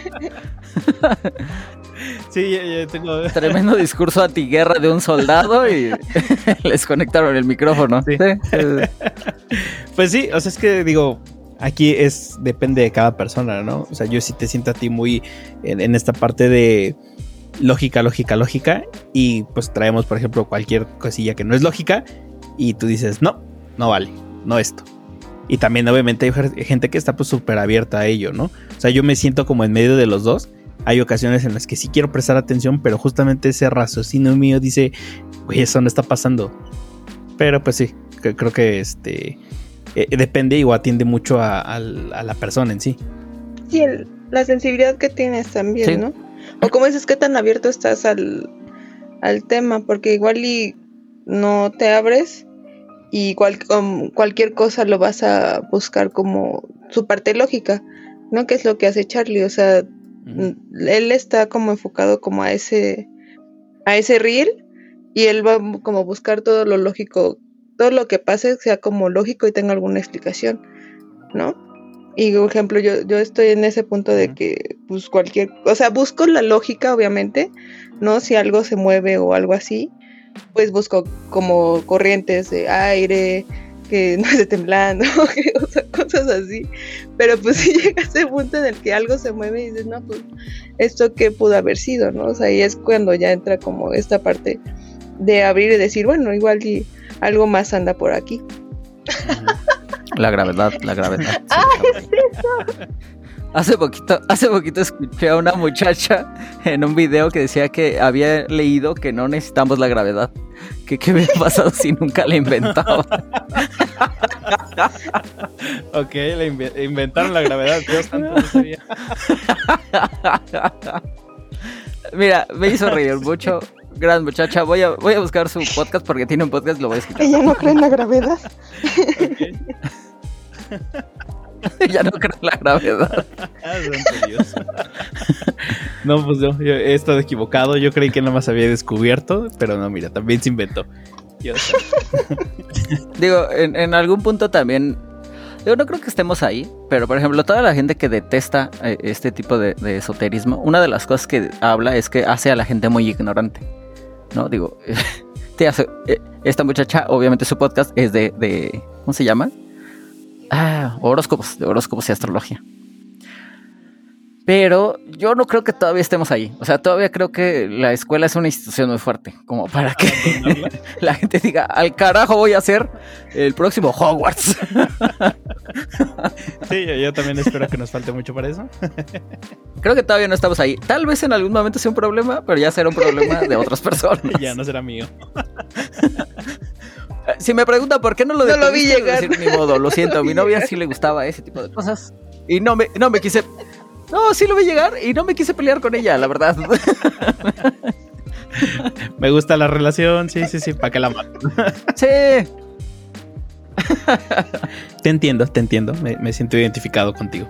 Sí, ya, ya tengo. Tremendo discurso antiguerra de un soldado y les conectaron el micrófono. Sí. Sí. Pues sí, o sea, es que digo, aquí es, depende de cada persona, ¿no? O sea, yo sí te siento a ti muy en, en esta parte de lógica, lógica, lógica. Y pues traemos, por ejemplo, cualquier cosilla que no es lógica. Y tú dices, no, no vale, no esto. Y también obviamente hay gente que está pues súper abierta a ello, ¿no? O sea, yo me siento como en medio de los dos. Hay ocasiones en las que sí quiero prestar atención, pero justamente ese raciocinio mío dice, güey, eso no está pasando. Pero pues sí, que, creo que este eh, depende o atiende mucho a, a, a la persona en sí. Sí, el, la sensibilidad que tienes también, sí. ¿No? O como dices, qué tan abierto estás al, al tema, porque igual y no te abres y cual, um, cualquier cosa lo vas a buscar como su parte lógica, ¿no? Que es lo que hace Charlie, o sea, uh-huh. Él está como enfocado como a ese a ese reel y él va como a buscar todo lo lógico, todo lo que pase sea como lógico y tenga alguna explicación, ¿no? Y por ejemplo yo, yo estoy en ese punto de que pues cualquier, o sea, busco la lógica obviamente, ¿no? Si algo se mueve o algo así, pues busco como corrientes de aire, que no esté temblando, que, o sea, cosas así. Pero pues si llega a ese punto en el que algo se mueve y dices, no, pues, ¿esto qué pudo haber sido, no? O sea, ahí es cuando ya entra como esta parte de abrir y decir, bueno, igual y algo más anda por aquí. La gravedad, la gravedad. ¡Ah, es eso! Hace poquito, hace poquito escuché a una muchacha en un video que decía que había leído que no necesitamos la gravedad. Que qué hubiera pasado si nunca la inventaba. Ok, la inv- inventaron la gravedad, Dios santo, no sabía. Mira, me hizo reír mucho. Gran muchacha, voy a, voy a buscar su podcast porque tiene un podcast, lo voy a escuchar. Ella no cree en la gravedad. Okay. Ya no creo en la gravedad. Ah, santo Dios. No, pues yo, yo he estado equivocado. Yo creí que nada más había descubierto, pero no, mira, también se inventó. Dios. Digo, en, en algún punto también, yo no creo que estemos ahí, pero por ejemplo, toda la gente que detesta eh, este tipo de, de esoterismo, una de las cosas que habla es que hace a la gente muy ignorante, ¿no? Digo, eh, te hace, eh, esta muchacha, obviamente su podcast es de, de ¿cómo se llama? Ah, horóscopos, de horóscopos y astrología. Pero yo no creo que todavía estemos ahí. O sea, todavía creo que la escuela es una institución muy fuerte, como para que la gente diga, al carajo voy a hacer el próximo Hogwarts. Sí, yo, yo también espero que nos falte mucho para eso. Creo que todavía no estamos ahí. Tal vez en algún momento sea un problema, pero ya será un problema de otras personas. Ya no será mío. Si me preguntan por qué no lo, no lo vi llegar, decir, ni modo, lo siento, a mi novia sí le gustaba ese tipo de cosas y no me, no me quise, no, sí lo vi llegar y no me quise pelear con ella, la verdad. Me gusta la relación, sí, sí, sí, para que la maten. Sí. Te entiendo, te entiendo, me, me siento identificado contigo.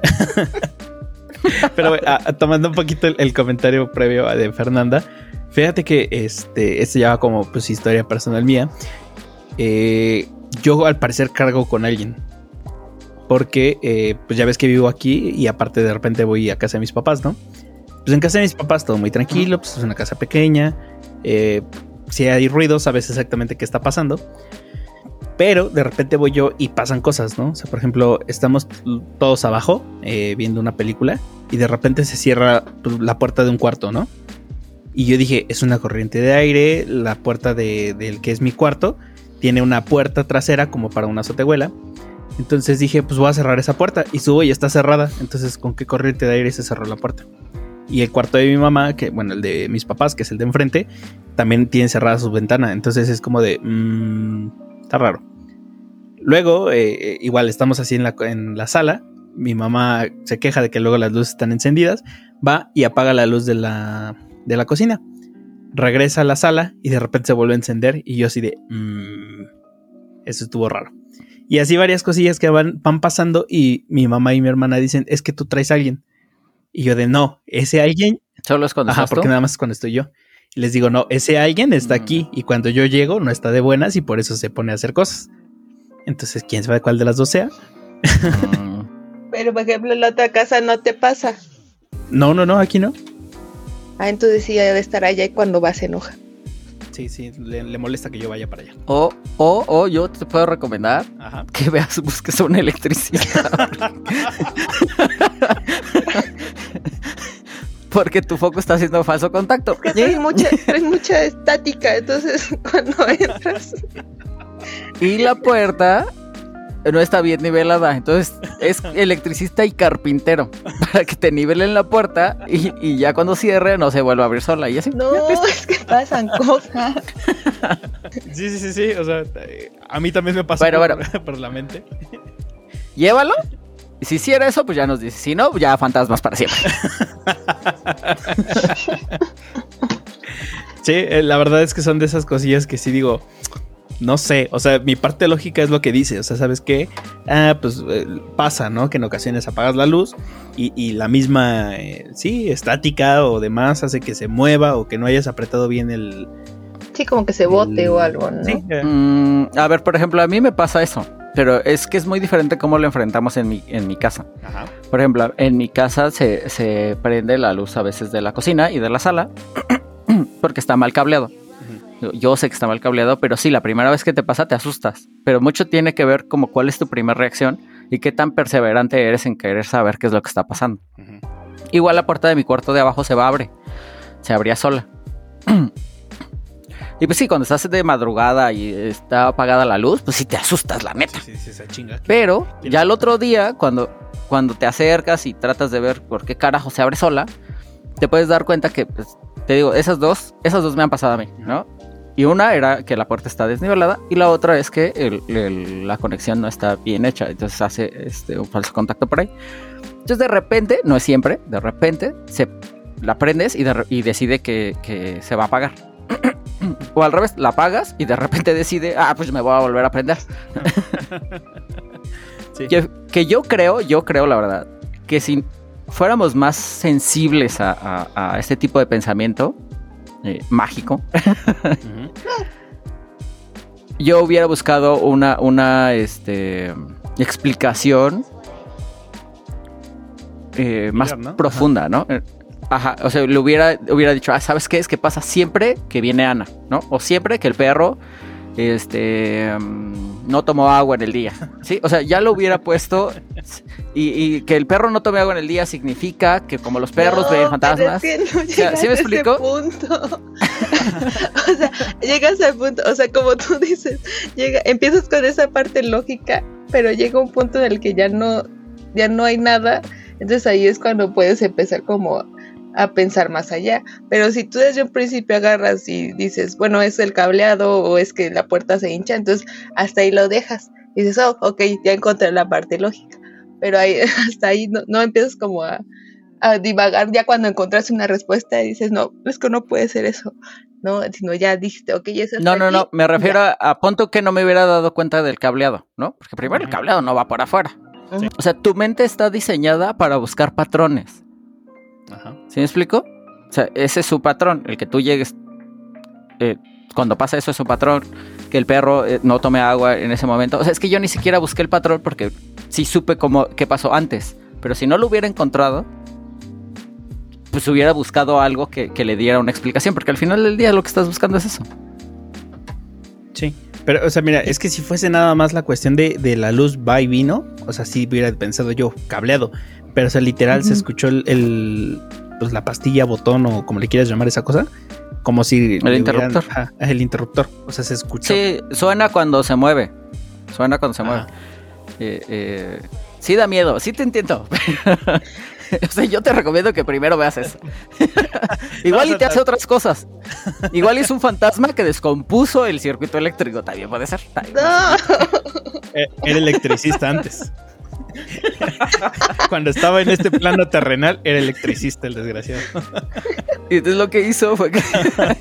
Pero a, a, tomando un poquito el, el comentario previo de Fernanda, fíjate que este, este ya va como pues historia personal mía. Eh, yo al parecer cargo con alguien porque eh, pues ya ves que vivo aquí y aparte de repente voy a casa de mis papás, ¿no? Pues en casa de mis papás todo muy tranquilo, pues es una casa pequeña, eh, si hay ruido sabes exactamente qué está pasando, pero de repente voy yo y pasan cosas, ¿no? O sea, por ejemplo, estamos todos abajo eh, viendo una película y de repente se cierra pues, la puerta de un cuarto, ¿no? Y yo dije, es una corriente de aire, la puerta de, del que es mi cuarto tiene una puerta trasera como para una azotehuela. Entonces dije, pues voy a cerrar esa puerta. Y subo y está cerrada. Entonces, ¿con qué corriente de aire se cerró la puerta? Y el cuarto de mi mamá, que bueno, el de mis papás, que es el de enfrente, también tiene cerrada su ventana. Entonces es como de, mmm, está raro. Luego, eh, igual estamos así en la, en la sala. Mi mamá se queja de que luego las luces están encendidas. Va y apaga la luz de la, de la cocina. regresa a la sala y de repente se vuelve a encender y yo así de... Mmm, eso estuvo raro. Y así varias cosillas que van, van pasando y mi mamá y mi hermana dicen, es que tú traes a alguien. Y yo de, no, ese alguien... ¿Solo es cuando Ajá, estás porque tú? nada más es cuando estoy yo. Y les digo, no, ese alguien está mm. aquí y cuando yo llego no está de buenas y por eso se pone a hacer cosas. Entonces, ¿quién sabe cuál de las dos sea? Mm. Pero, por ejemplo, en la otra casa no te pasa. No, no, no, aquí no. Ah, entonces sí debe estar allá y cuando va se enoja. Sí, sí, le, le molesta que yo vaya para allá. O, o, o yo te puedo recomendar Ajá. que veas, busques a un electricista. Porque tu foco está haciendo falso contacto. Porque traes mucha, traes mucha estática, entonces cuando entras... Y la puerta no está bien nivelada, entonces es electricista y carpintero para que te nivelen la puerta y, y ya cuando cierre no se vuelva a abrir sola y así. No, es que pasan cosas. Sí, sí, sí, sí, o sea, a mí también me pasó bueno, por, bueno. por la mente. Llévalo. Y si hiciera eso, pues ya nos dice. Si no, ya fantasmas para siempre. Sí, la verdad es que son de esas cosillas que sí digo, no sé, o sea, mi parte lógica es lo que dice, o sea, ¿sabes qué? Ah, pues eh, pasa, ¿no? Que en ocasiones apagas la luz y, y la misma, eh, sí, estática o demás hace que se mueva o que no hayas apretado bien el... Sí, como que se bote el... o algo, ¿no? Sí. Eh. Mm, a ver, por ejemplo, a mí me pasa eso, pero es que es muy diferente cómo lo enfrentamos en mi, en mi casa. Ajá. Por ejemplo, en mi casa se, se prende la luz a veces de la cocina y de la sala porque está mal cableado. Yo sé que está mal cableado, pero sí, la primera vez que te pasa te asustas. Pero mucho tiene que ver como cuál es tu primera reacción y qué tan perseverante eres en querer saber qué es lo que está pasando. Uh-huh. Igual la puerta de mi cuarto de abajo se va a abrir. Se abría sola. Y pues sí, cuando estás de madrugada y está apagada la luz, pues sí te asustas, la neta. Sí, sí, se chinga. Pero ya el otro día, cuando, cuando te acercas y tratas de ver por qué carajo se abre sola, te puedes dar cuenta que, pues, te digo, esas dos, esas dos me han pasado a mí, ¿no? Y una era que la puerta está desnivelada y la otra es que el, el, la conexión no está bien hecha, entonces hace este, un falso contacto por ahí. Entonces de repente, no es siempre, de repente se la prendes y, de, y decide que, que se va a apagar. O al revés, la apagas y de repente decide, ah, pues me voy a volver a prender. Sí. que, que yo creo, yo creo la verdad, que si fuéramos más sensibles a, a, a este tipo de pensamiento, Eh, mágico. Uh-huh. Yo hubiera buscado una, una este, explicación eh, más ¿no? profunda, ¿no? Ajá, o sea, le hubiera, hubiera dicho, ah, ¿sabes qué? Es que pasa siempre que viene Ana, ¿no? O siempre que el perro este, um, no tomó agua en el día, ¿sí? O sea, ya lo hubiera puesto y, y que el perro no tome agua en el día significa que como los perros no, ven fantasmas. Pero es que no o sea, ¿sí me explico? Punto. O sea, llegas al punto, o sea, como tú dices, llega, empiezas con esa parte lógica, pero llega un punto en el que ya no, ya no hay nada, entonces ahí es cuando puedes empezar como a pensar más allá. Pero si tú desde un principio agarras y dices, bueno, es el cableado o es que la puerta se hincha, entonces hasta ahí lo dejas y dices, oh, ok, ya encontré la parte lógica, pero ahí, hasta ahí no, no empiezas como a, a divagar ya cuando encontraste una respuesta y dices, no, es que no puede ser eso, no, sino ya dijiste, ok, eso está no, no, aquí, no, me refiero a, a punto que no me hubiera dado cuenta del cableado, ¿no? Porque primero el cableado no va por afuera. Sí. O sea, tu mente está diseñada para buscar patrones. Ajá. ¿Sí me explico? O sea, ese es su patrón, el que tú llegues, eh, cuando pasa eso es su patrón, que el perro eh, no tome agua en ese momento. O sea, es que yo ni siquiera busqué el patrón porque sí supe cómo, qué pasó antes, pero si no lo hubiera encontrado, pues hubiera buscado algo que, que le diera una explicación, porque al final del día lo que estás buscando es eso. Sí, pero, o sea, mira, es que si fuese nada más la cuestión de, de la luz va y vino, o sea, sí hubiera pensado yo, cableado, pero, o sea, literal, uh-huh. se escuchó el, el, pues, la pastilla, botón, o como le quieras llamar esa cosa, como si... El interruptor. Hubieran, ajá, el interruptor, o sea, se escuchó. Sí, suena cuando se mueve, suena cuando se ah. mueve. Eh, eh, sí da miedo, sí te entiendo. O sea, yo te recomiendo que primero veas eso. Igual y te hace otras cosas. Igual es un fantasma que descompuso el circuito eléctrico. También puede ser. No. Era electricista antes. Cuando estaba en este plano terrenal, era electricista el desgraciado. Y entonces lo que hizo fue que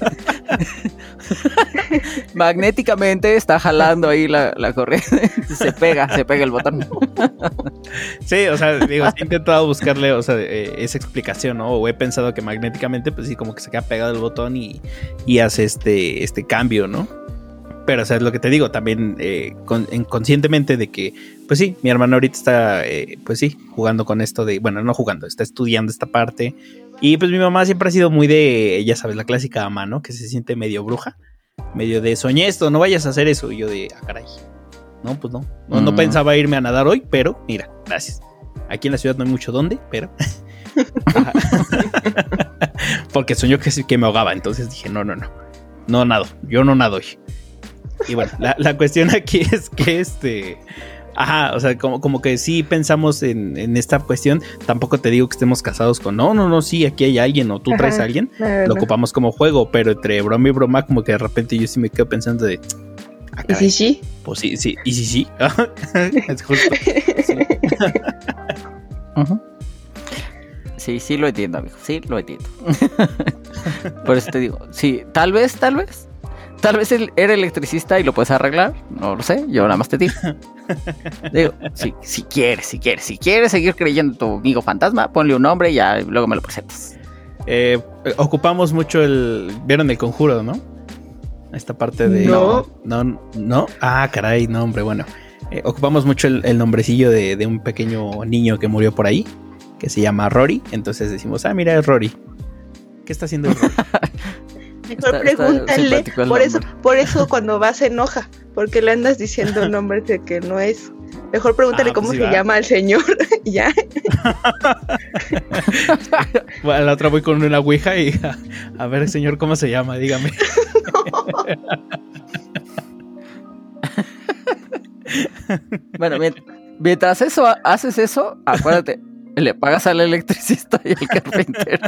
magnéticamente está jalando ahí la, la corriente. Se pega, se pega el botón. Sí, o sea, digo, he intentado buscarle, o sea, eh, esa explicación, ¿no? O he pensado que magnéticamente, pues sí, como que se queda pegado el botón y, y hace este, este cambio, ¿no? Pero, o sea, es lo que te digo, también eh, con, conscientemente de que, pues sí, mi hermano ahorita está, eh, pues sí, jugando con esto de, bueno, no jugando, está estudiando esta parte. Y pues mi mamá siempre ha sido muy de, ya sabes, la clásica ama, ¿no? Que se siente medio bruja, medio de soñé esto, no vayas a hacer eso. Y yo de, ah, caray. No, pues no, no, mm. no pensaba irme a nadar hoy, pero mira, gracias. Aquí en la ciudad no hay mucho donde, pero... Porque soñó que, que me ahogaba, entonces dije, no, no, no, no nado, yo no nado hoy. Y bueno, la, la cuestión aquí es que este... Ajá, o sea, como, como que sí pensamos en, en esta cuestión. Tampoco te digo que estemos casados con no, no, no, sí, aquí hay alguien o tú Ajá, traes a alguien. Lo ocupamos como juego, pero entre broma y broma como que de repente yo sí me quedo pensando de... Ah, ¿y si sí? Pues sí, sí, y si sí. Es justo. Sí. Uh-huh. Sí, sí lo entiendo, amigo, sí lo entiendo. Por eso te digo, sí, tal vez, tal vez. Tal vez él era electricista y lo puedes arreglar. No lo sé, yo nada más te digo. Digo, si, si quieres, si quieres, si quieres seguir creyendo en tu amigo fantasma, ponle un nombre y ya luego me lo presentas. Eh, ocupamos mucho el... ¿Vieron El Conjuro, no? Esta parte de... No. No, no. Ah, caray, no, hombre, bueno. Eh, ocupamos mucho el, el nombrecillo de, de un pequeño niño que murió por ahí, que se llama Rory. Entonces decimos, ah, mira, es Rory. ¿Qué está haciendo Rory? Mejor está, pregúntale, está por eso, por eso cuando vas se enoja, porque le andas diciendo un nombre de que no es. Mejor pregúntale ah, cómo pues sí se va. llama el señor, ya. Bueno, la otra voy con una ouija y a, a ver, señor, ¿cómo se llama? Dígame. Bueno, mientras eso haces eso, acuérdate. Le pagas al electricista y al carpintero.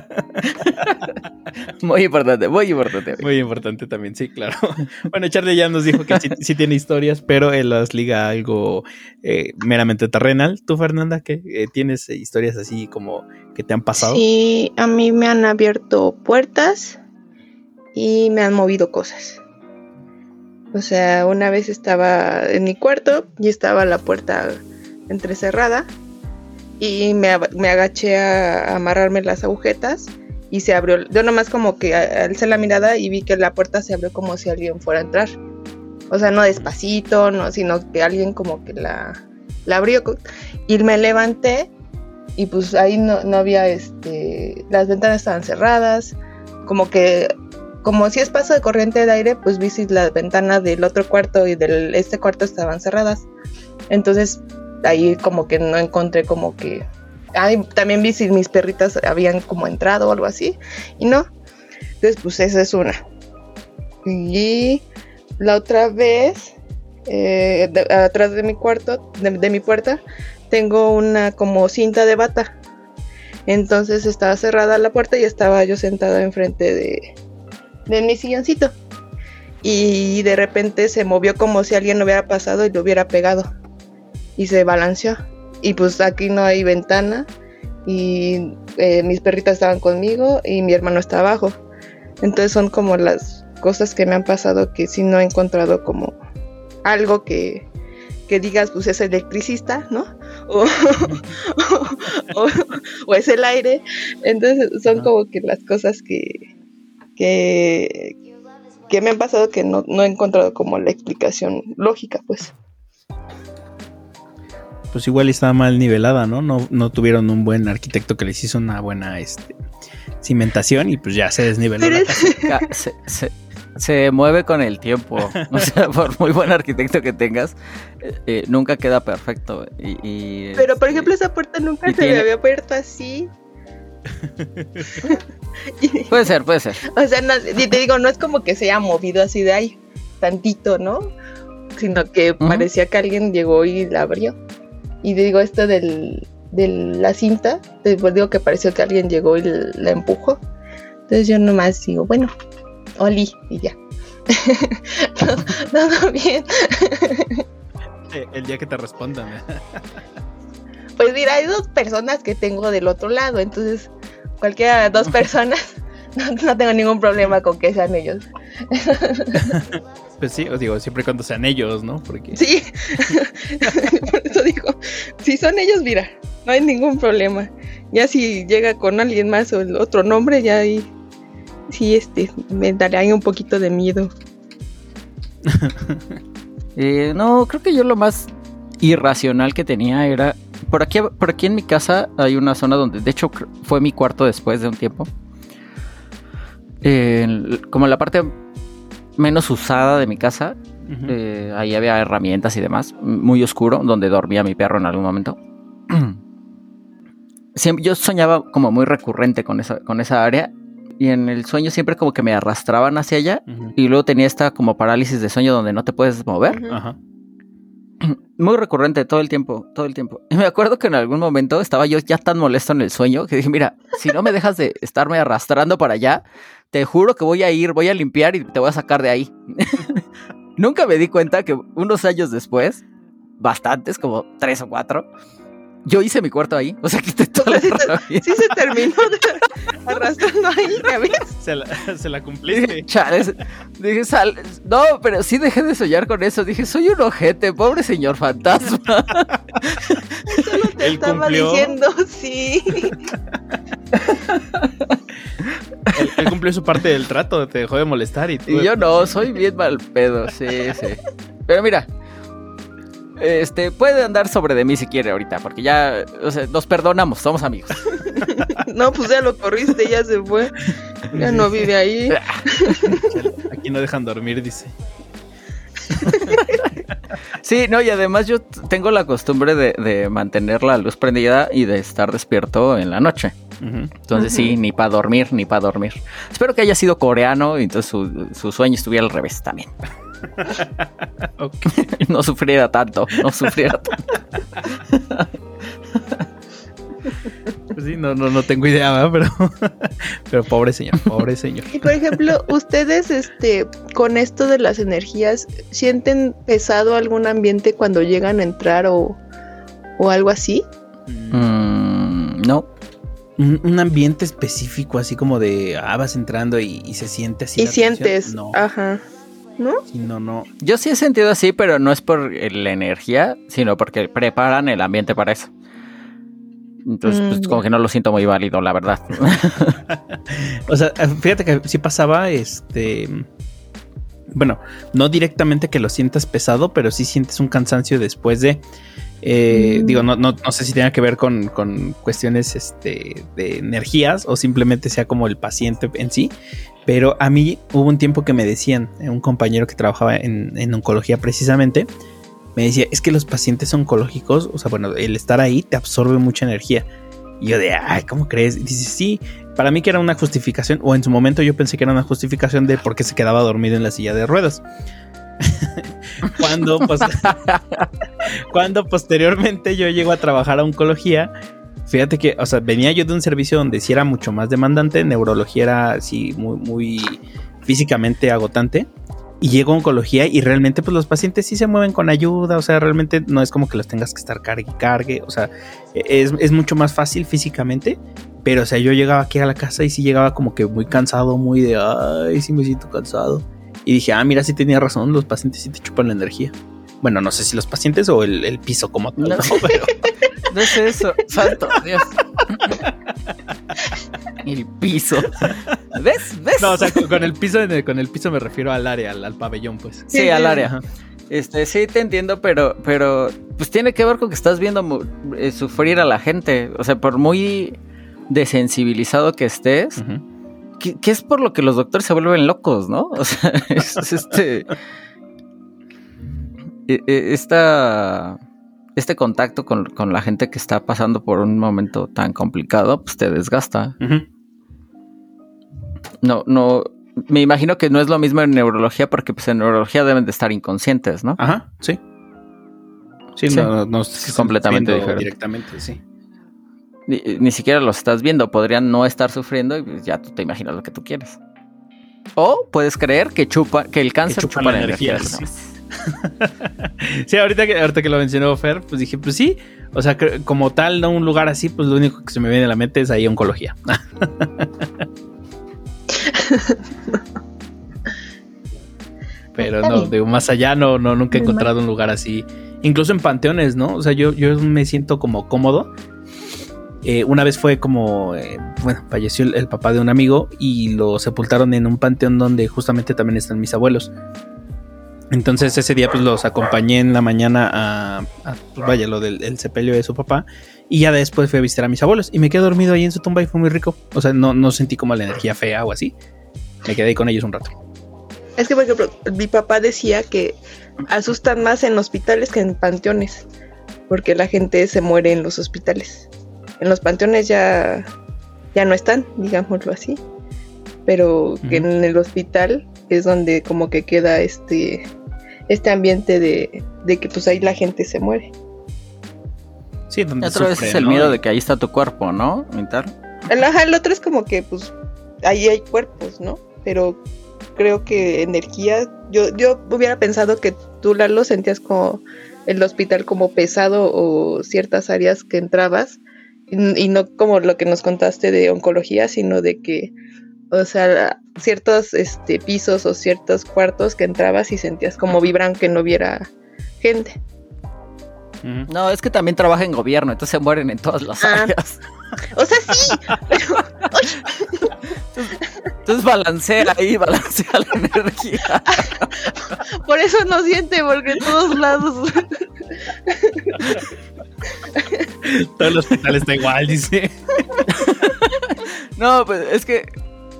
Muy importante, muy importante. Muy importante también, sí, claro. Bueno, Charlie ya nos dijo que sí, sí tiene historias, pero él las liga a algo eh, meramente terrenal. ¿Tú, Fernanda, qué eh, tienes historias así como que te han pasado? Sí, a mí me han abierto puertas y me han movido cosas. O sea, una vez estaba en mi cuarto y estaba la puerta entrecerrada. Y me, me agaché a amarrarme las agujetas y se abrió. Yo nomás como que alcé la mirada y vi que la puerta se abrió como si alguien fuera a entrar. O sea, no despacito, no, sino que alguien como que la, la abrió. Y me levanté y pues ahí no, no había, este, las ventanas estaban cerradas. Como que, como si es paso de corriente de aire, pues vi si las ventanas del otro cuarto y de este cuarto estaban cerradas. Entonces... ahí como que no encontré como que... Ay, también vi si mis perritas habían como entrado o algo así. Y no. Entonces, pues esa es una. Y la otra vez, eh, de, atrás de mi cuarto, de, de mi puerta, tengo una como cinta de bata. Entonces estaba cerrada la puerta y estaba yo sentada enfrente de, de mi silloncito. Y de repente se movió como si alguien lo hubiera pasado y lo hubiera pegado. Y se balanceó. Y pues aquí no hay ventana. Y eh, mis perritas estaban conmigo y mi hermano está abajo. Entonces son como las cosas que me han pasado que sí no he encontrado como algo que, que digas, pues es electricista, ¿no? O, o, o, o es el aire. Entonces son como que las cosas que, que, que me han pasado que no, no he encontrado como la explicación lógica, pues. Pues igual estaba mal nivelada, ¿no? No, no tuvieron un buen arquitecto que les hizo una buena este, cimentación y pues ya se desniveló la casa. Se, se, se mueve con el tiempo. O sea, por muy buen arquitecto que tengas, eh, nunca queda perfecto. Y, y, Pero por ejemplo, esa puerta nunca se tiene... me había abierto así. Puede ser, puede ser. O sea, no, te digo, no es como que se haya movido así de ahí, tantito, ¿no? Sino que uh-huh. parecía que alguien llegó y la abrió. Y digo, esto del, de la cinta, después digo que pareció que alguien llegó y la empujó. Entonces yo nomás digo, bueno, Oli, y ya. todo, todo bien. El día que te respondan. Pues mira, hay dos personas que tengo del otro lado, entonces cualquiera de las dos personas, no, no tengo ningún problema con que sean ellos. Pues sí, os digo, siempre y cuando sean ellos, ¿no? Porque... Sí, por eso digo, si son ellos, mira, no hay ningún problema. Ya si llega con alguien más o el otro nombre, ya ahí sí, este, me daría un poquito de miedo. eh, no, creo que yo lo más irracional que tenía era... Por aquí, por aquí en mi casa hay una zona donde, de hecho, fue mi cuarto después de un tiempo. Eh, como la parte menos usada de mi casa, uh-huh. eh, ahí había herramientas y demás, muy oscuro, donde dormía mi perro en algún momento. Siempre, yo soñaba como muy recurrente con esa, con esa área, y en el sueño siempre como que me arrastraban hacia allá, uh-huh. y luego tenía esta como parálisis de sueño donde no te puedes mover. Uh-huh. Muy recurrente todo el tiempo, todo el tiempo. Y me acuerdo que en algún momento estaba yo ya tan molesto en el sueño que dije, mira, si no me dejas de estarme arrastrando para allá, te juro que voy a ir, voy a limpiar y te voy a sacar de ahí. Nunca me di cuenta que unos años después, bastantes, como tres o cuatro, yo hice mi cuarto ahí. O sea, quité toda la sí, sí se terminó de, arrastrando ahí, ¿ya ves? Se la, se la cumpliste. Dije, chales, dije, sal, no, pero sí dejé de soñar con eso. Dije, soy un ojete, pobre señor fantasma. Eso lo te Él estaba cumplió. diciendo, sí. Él, él cumplió su parte del trato, te dejó de molestar. Y, tú y yo no, soy bien mal pedo, sí, sí. Pero mira, este, puede andar sobre de mí si quiere ahorita, porque ya, o sea, nos perdonamos, somos amigos. No, pues ya lo corriste, ya se fue. Ya no vive ahí. Aquí no dejan dormir, dice. Sí, no, y además yo tengo la costumbre de, de mantener la luz prendida y de estar despierto en la noche. Uh-huh. Entonces uh-huh. sí, ni para dormir, ni para dormir. Espero que haya sido coreano y entonces su, su sueño estuviera al revés también. Okay. No sufriera tanto, no sufriera tanto. Pues sí, no, no, no tengo idea, ¿verdad? Pero, pero pobre señor, pobre señor. Y por ejemplo, ustedes, este, con esto de las energías, ¿sienten pesado algún ambiente cuando llegan a entrar o, o algo así? Mm, no. Un, un ambiente específico, así como de, ah, vas entrando y, y se siente así. Y sientes, no. Ajá. ¿No? Sí, no, no. Yo sí he sentido así, pero no es por la energía, sino porque preparan el ambiente para eso. Entonces, mm, pues, como que no lo siento muy válido, la verdad. O sea, fíjate que sí pasaba, este... Bueno, no directamente que lo sientas pesado, pero sí sientes un cansancio después de... Eh, mm. Digo, no, no, no sé si tenga que ver con, con cuestiones este, de energías o simplemente sea como el paciente en sí. Pero a mí hubo un tiempo que me decían, un compañero que trabajaba en, en oncología precisamente, me decía, es que los pacientes oncológicos, o sea, bueno, el estar ahí te absorbe mucha energía. Y yo de, ay, ¿cómo crees? Y dice, sí, para mí que era una justificación, o en su momento yo pensé que era una justificación de por qué se quedaba dormido en la silla de ruedas. cuando, pues, cuando posteriormente yo llego a trabajar a oncología, fíjate que, o sea, venía yo de un servicio donde sí era mucho más demandante, neurología era así muy, muy físicamente agotante. Y llego a oncología y realmente pues los pacientes sí se mueven con ayuda, o sea, realmente no es como que los tengas que estar cargue y cargue, o sea, es, es mucho más fácil físicamente, pero o sea, yo llegaba aquí a la casa y sí llegaba como que muy cansado, muy de, ay, sí me siento cansado. Y dije, ah, mira, sí tenía razón, los pacientes sí te chupan la energía. Bueno, no sé si los pacientes o el, el piso como tal, no, ¿no? Pero... no es eso, santo Dios. El piso. ¿Ves? ¿Ves? No, o sea, con, con el piso con el piso me refiero al área, al, al pabellón, pues. Sí, sí, al área. Ajá. Este, sí te entiendo, pero, pero pues tiene que ver con que estás viendo eh, sufrir a la gente. O sea, por muy desensibilizado que estés, uh-huh. que, que es por lo que los doctores se vuelven locos, ¿no? O sea, es, es este. Esta. Este contacto con, con la gente que está pasando por un momento tan complicado, pues te desgasta. Uh-huh. No, no, me imagino que no es lo mismo en neurología, porque pues en neurología deben de estar inconscientes, ¿no? Ajá, sí. Sí, sí. no, no es completamente diferente. Directamente, sí. Ni, ni siquiera los estás viendo, podrían no estar sufriendo y pues ya tú te imaginas lo que tú quieres. O puedes creer que chupa, que el cáncer que chupa, chupa la energía. energía sí. Sí, ahorita que, ahorita que lo mencionó Fer, pues dije, pues sí, O sea, que, como tal, no un lugar así, pues lo único que se me viene a la mente es ahí oncología. Pero no, digo, más allá no, no nunca he encontrado un lugar así. Incluso en panteones, ¿no? O sea, yo, yo me siento como cómodo. Eh, una vez fue como, eh, bueno, falleció el, el papá de un amigo y lo sepultaron en un panteón donde justamente también están mis abuelos. Entonces ese día pues los acompañé en la mañana a, a pues, vaya, lo del el sepelio de su papá. Y ya después fui a visitar a mis abuelos y me quedé dormido ahí en su tumba y fue muy rico. O sea, no, no sentí como la energía fea o así. Me quedé ahí con ellos un rato. Es que, por ejemplo, mi papá decía que asustan más en hospitales que en panteones, porque la gente se muere en los hospitales. En los panteones ya, ya no están, digámoslo así, pero uh-huh. que en el hospital es donde como que queda este, este ambiente de, de que pues ahí la gente se muere. Sí, donde otra vez es el ¿no? miedo de que ahí está tu cuerpo, ¿no? Mental. El, el otro es como que pues ahí hay cuerpos, ¿no? Pero creo que energía, yo, yo hubiera pensado que tú, Lalo, sentías como el hospital como pesado o ciertas áreas que entrabas y, y no como lo que nos contaste de oncología, sino de que, o sea, ciertos este, pisos o ciertos cuartos que entrabas y sentías como vibran que no hubiera gente. No, es que también trabaja en gobierno, entonces se mueren en todas las ah. áreas. O sea, sí, pero... entonces, entonces balancea ahí, balancea la energía. Por eso no siente, porque en todos lados... Todo el hospital está igual, dice. No, pues es que...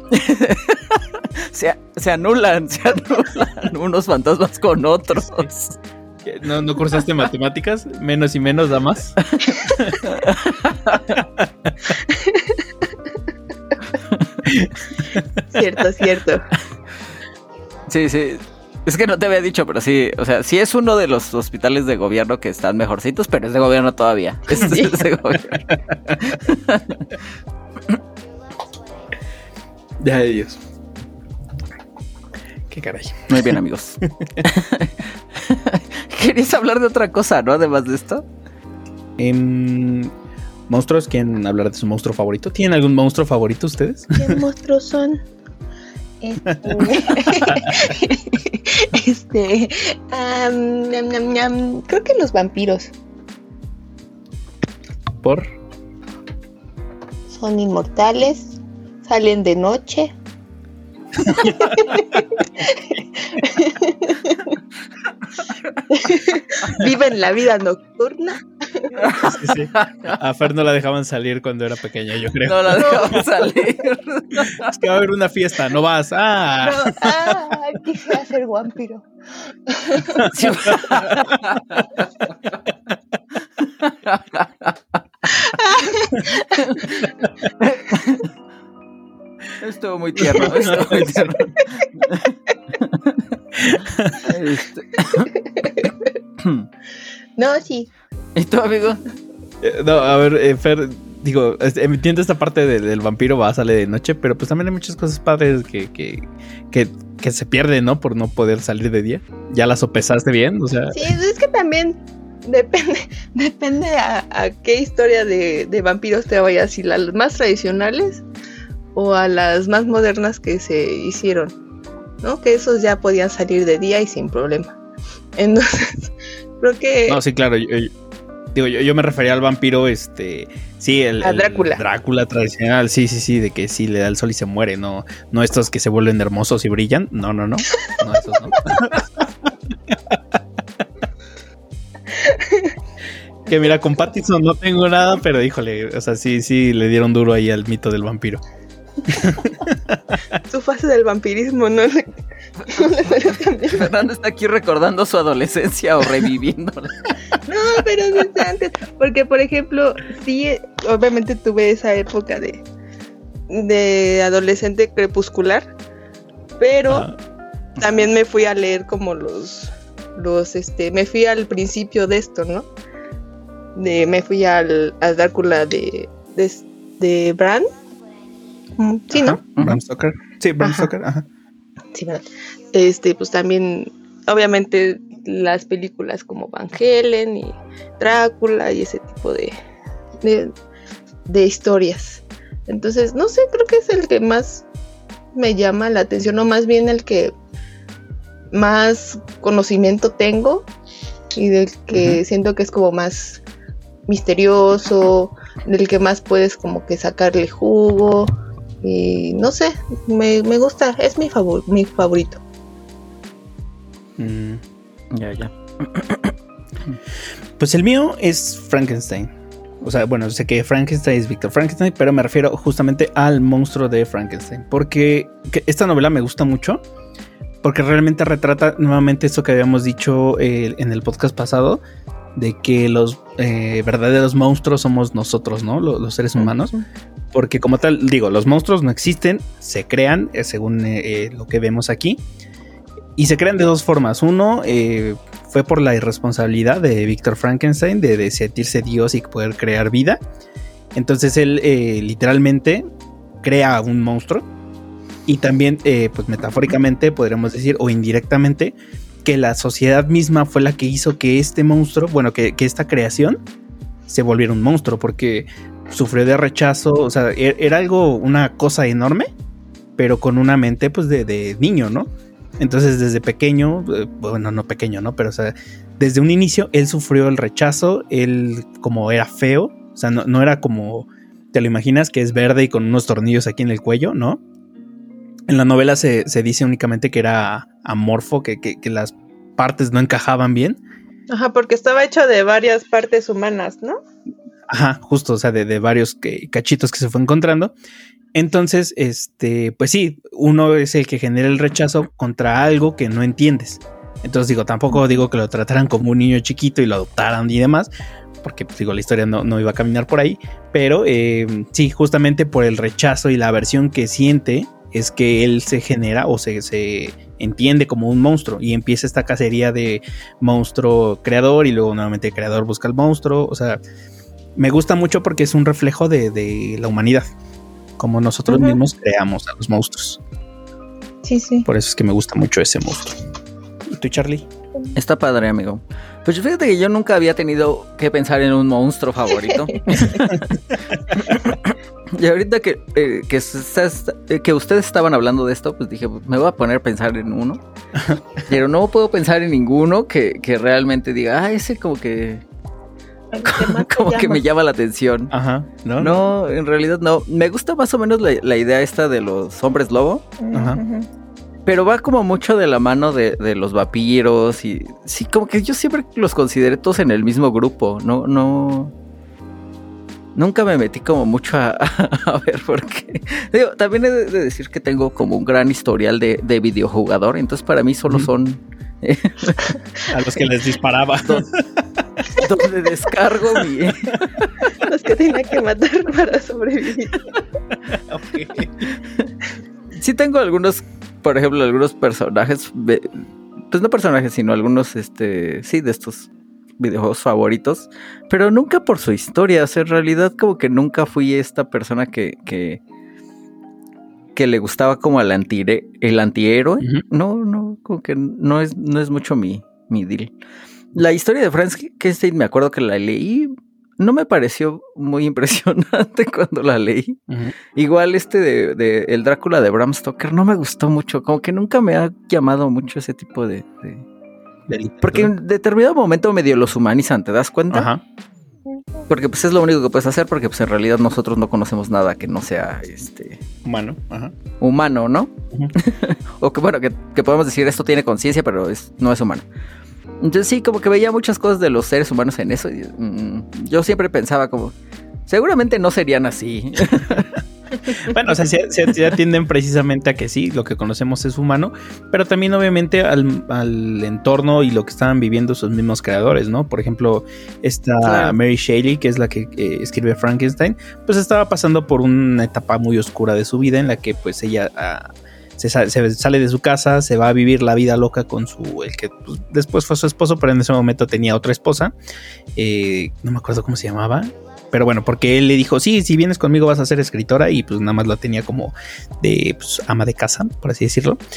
se, se anulan, se anulan unos fantasmas con otros. ¿No, ¿No cursaste matemáticas? Menos y menos da más. Cierto, cierto. Sí, sí. Es que no te había dicho, pero sí, o sea, sí es uno de los hospitales de gobierno que están mejorcitos, pero es de gobierno todavía. Es, sí. es de gobierno. Ya de Dios. Qué caray. Muy bien, amigos. ¿Querías hablar de otra cosa, no? Además de esto. Um, ¿Monstruos? ¿Quieren hablar de su monstruo favorito? ¿Tienen algún monstruo favorito ustedes? ¿Qué monstruos son? Este... este um, nam, nam, nam, creo que los vampiros. ¿Por? Son inmortales. Salen de noche. Viven la vida nocturna. Sí, sí. A Fer no la dejaban salir cuando era pequeña, yo creo. No la dejaban salir. Es que va a haber una fiesta, no vas. Ah, no, ah quise hacer vampiro. Sí. Estuvo muy tierno, estuvo muy tierno. Este. No, sí. ¿Y tú, amigo? Eh, no, a ver, eh, Fer, digo, entiendo esta parte de, del vampiro va, sale de noche, pero pues también hay muchas cosas padres que, que, que, que se pierden, ¿no? Por no poder salir de día. ¿Ya las sopesaste bien? O sea... Sí, es que también depende, depende a, a qué historia de, de vampiros te vayas, si las más tradicionales o a las más modernas que se hicieron, ¿no? Que esos ya podían salir de día y sin problema. Entonces, creo que... No, sí, claro, yo, yo, digo, yo, yo me refería al vampiro, este... Sí, el, a Drácula. el Drácula tradicional, sí, sí, sí, de que sí le da el sol y se muere, no, no estos que se vuelven hermosos y brillan, no, no, no, no, esos no. Que mira, con Pattinson no tengo nada, pero híjole, o sea, sí, sí, le dieron duro ahí al mito del vampiro. Su fase del vampirismo no le, no le salió tan bien. Fernando está aquí recordando su adolescencia o reviviéndola. No, pero desde antes, porque por ejemplo, sí, obviamente tuve esa época de, de adolescente crepuscular, pero ah. también me fui a leer como los, los, este, me fui al principio de esto, ¿no? De, me fui al, al Drácula de, de, de Bram. Sí, ajá, ¿no? Bram Stoker. Sí, Bram ajá. Stoker, ajá. Sí, ¿verdad? Este, pues también, obviamente, las películas como Van Helen y Drácula y ese tipo de, de, de historias. Entonces, no sé, creo que es el que más me llama la atención, o más bien el que más conocimiento tengo y del que uh-huh. siento que es como más misterioso, del que más puedes como que sacarle jugo. Y no sé, me, me gusta, es mi favor, mi favorito. Mm, ya, ya. Pues el mío es Frankenstein. O sea, bueno, sé que Frankenstein es Víctor Frankenstein, pero me refiero justamente al monstruo de Frankenstein. Porque esta novela me gusta mucho, porque realmente retrata nuevamente esto que habíamos dicho eh, en el podcast pasado, de que los eh, verdaderos monstruos somos nosotros, ¿no? Los, los seres humanos. Porque como tal, digo, los monstruos no existen, se crean, eh, según eh, lo que vemos aquí. Y se crean de dos formas. Uno eh, fue por la irresponsabilidad de Víctor Frankenstein de, de sentirse Dios y poder crear vida. Entonces él eh, literalmente crea un monstruo. Y también, eh, pues metafóricamente podríamos decir, o indirectamente, que la sociedad misma fue la que hizo que este monstruo, bueno, que, que esta creación se volviera un monstruo, porque sufrió de rechazo, o sea, era algo, una cosa enorme, pero con una mente pues de, de niño, ¿no? Entonces desde pequeño, eh, bueno, no pequeño, ¿no? Pero o sea, desde un inicio él sufrió el rechazo, él como era feo, o sea, no, no era como, te lo imaginas que es verde y con unos tornillos aquí en el cuello, ¿no? En la novela se, se dice únicamente que era amorfo, que, que, que las partes no encajaban bien. Ajá, porque estaba hecho de varias partes humanas, ¿no? Ajá, justo, o sea, de, de varios que, cachitos que se fue encontrando. Entonces, este, pues sí, uno es el que genera el rechazo contra algo que no entiendes. Entonces digo, tampoco digo que lo trataran como un niño chiquito y lo adoptaran y demás, porque pues, digo, la historia no, no iba a caminar por ahí, pero eh, sí, justamente por el rechazo y la aversión que siente es que él se genera o se, se entiende como un monstruo y empieza esta cacería de monstruo creador y luego nuevamente el creador busca al monstruo. O sea, me gusta mucho porque es un reflejo de, de la humanidad, como nosotros uh-huh. mismos creamos a los monstruos. Sí, sí. Por eso es que me gusta mucho ese monstruo. ¿Y tú, Charlie? Está padre, amigo. Pues fíjate que yo nunca había tenido que pensar en un monstruo favorito. Y ahorita que, eh, que, estás, que ustedes estaban hablando de esto, pues dije, me voy a poner a pensar en uno. Pero no puedo pensar en ninguno que, que realmente diga, ah, ese como que... Como, como que me llama la atención. Ajá, ¿no? No, en realidad no. Me gusta más o menos la, la idea esta de los hombres lobo. Ajá. Pero va como mucho de la mano de, de los vampiros y sí, como que yo siempre los consideré todos en el mismo grupo. No, no... Nunca me metí como mucho a, a, a ver por qué. Digo, también he de, de decir que tengo como un gran historial de, de videojugador. Entonces para mí solo son... Eh, a los que les disparaba. Donde descargo mi... Los que tenía que matar para sobrevivir. Okay. Sí tengo algunos, por ejemplo, algunos personajes... Pues no personajes, sino algunos, este... Sí, de estos... videojuegos favoritos, pero nunca por su historia. O sea, en realidad como que nunca fui esta persona que que, que le gustaba como el, anti, el antihéroe. Uh-huh. No, no, como que no es, no es mucho mi, mi deal. La historia de Frankenstein me acuerdo que la leí, no me pareció muy impresionante cuando la leí. Uh-huh. Igual este de, de el Drácula de Bram Stoker no me gustó mucho, como que nunca me ha llamado mucho ese tipo de... de porque en determinado momento medio los humanizan, ¿te das cuenta? Ajá. Porque pues es lo único que puedes hacer, porque pues en realidad nosotros no conocemos nada que no sea este humano, ajá. Humano, ¿no? Uh-huh. O que bueno, que, que podemos decir esto tiene conciencia, pero es, no es humano. Entonces sí, como que veía muchas cosas de los seres humanos en eso. Y, mm, yo siempre pensaba como, seguramente no serían así. Bueno, o sea, se, se, se atienden precisamente a que sí, lo que conocemos es humano, pero también obviamente al, al entorno y lo que estaban viviendo sus mismos creadores, ¿no? Por ejemplo, esta claro. Mary Shelley, que es la que eh, escribe Frankenstein, pues estaba pasando por una etapa muy oscura de su vida en la que pues ella uh, se, se sale de su casa, se va a vivir la vida loca con su, el que pues, después fue su esposo, pero en ese momento tenía otra esposa, eh, no me acuerdo cómo se llamaba. Pero bueno, porque él le dijo, sí, si vienes conmigo vas a ser escritora, y pues nada más la tenía como de pues, ama de casa, por así decirlo.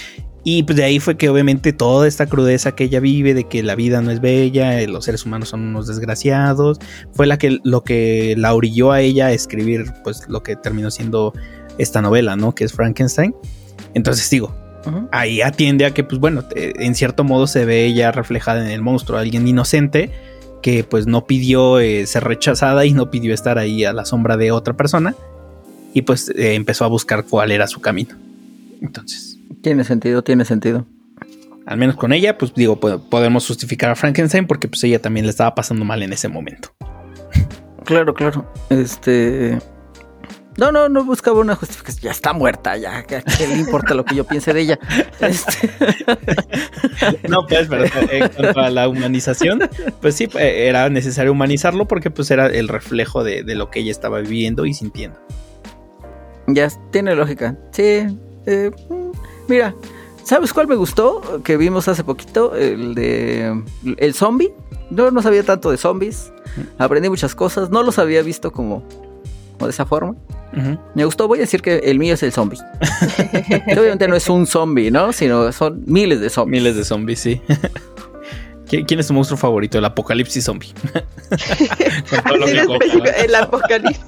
Y pues de ahí fue que obviamente toda esta crudeza que ella vive, de que la vida no es bella, los seres humanos son unos desgraciados, fue la que, lo que la orilló a ella a escribir pues lo que terminó siendo esta novela, ¿no? Que es Frankenstein. Entonces digo, uh-huh. ahí atiende a que pues bueno, en cierto modo se ve ella reflejada en el monstruo, alguien inocente que pues no pidió eh, ser rechazada y no pidió estar ahí a la sombra de otra persona y pues eh, empezó a buscar cuál era su camino. Entonces... Tiene sentido, tiene sentido. Al menos con ella, pues digo, podemos justificar a Frankenstein porque pues ella también le estaba pasando mal en ese momento. Claro, claro. Este... No, no, no buscaba una justificación. Ya está muerta, ya. ¿Qué, qué le importa lo que yo piense de ella? Este... No, pues, pero en cuanto a la humanización, pues sí, era necesario humanizarlo porque pues era el reflejo de, de lo que ella estaba viviendo y sintiendo. Ya, tiene lógica. Sí, eh... Mira, ¿sabes cuál me gustó? Que vimos hace poquito, el de el zombie. Yo no sabía tanto de zombies. Aprendí muchas cosas. No los había visto como, como de esa forma. Uh-huh. Me gustó. Voy a decir que el mío es el zombie. Obviamente no es un zombie, ¿no? Sino son miles de zombies. Miles de zombies, sí. ¿Quién es tu monstruo favorito? El apocalipsis zombie. Con todo lo que coja, ¿no? El apocalipsis.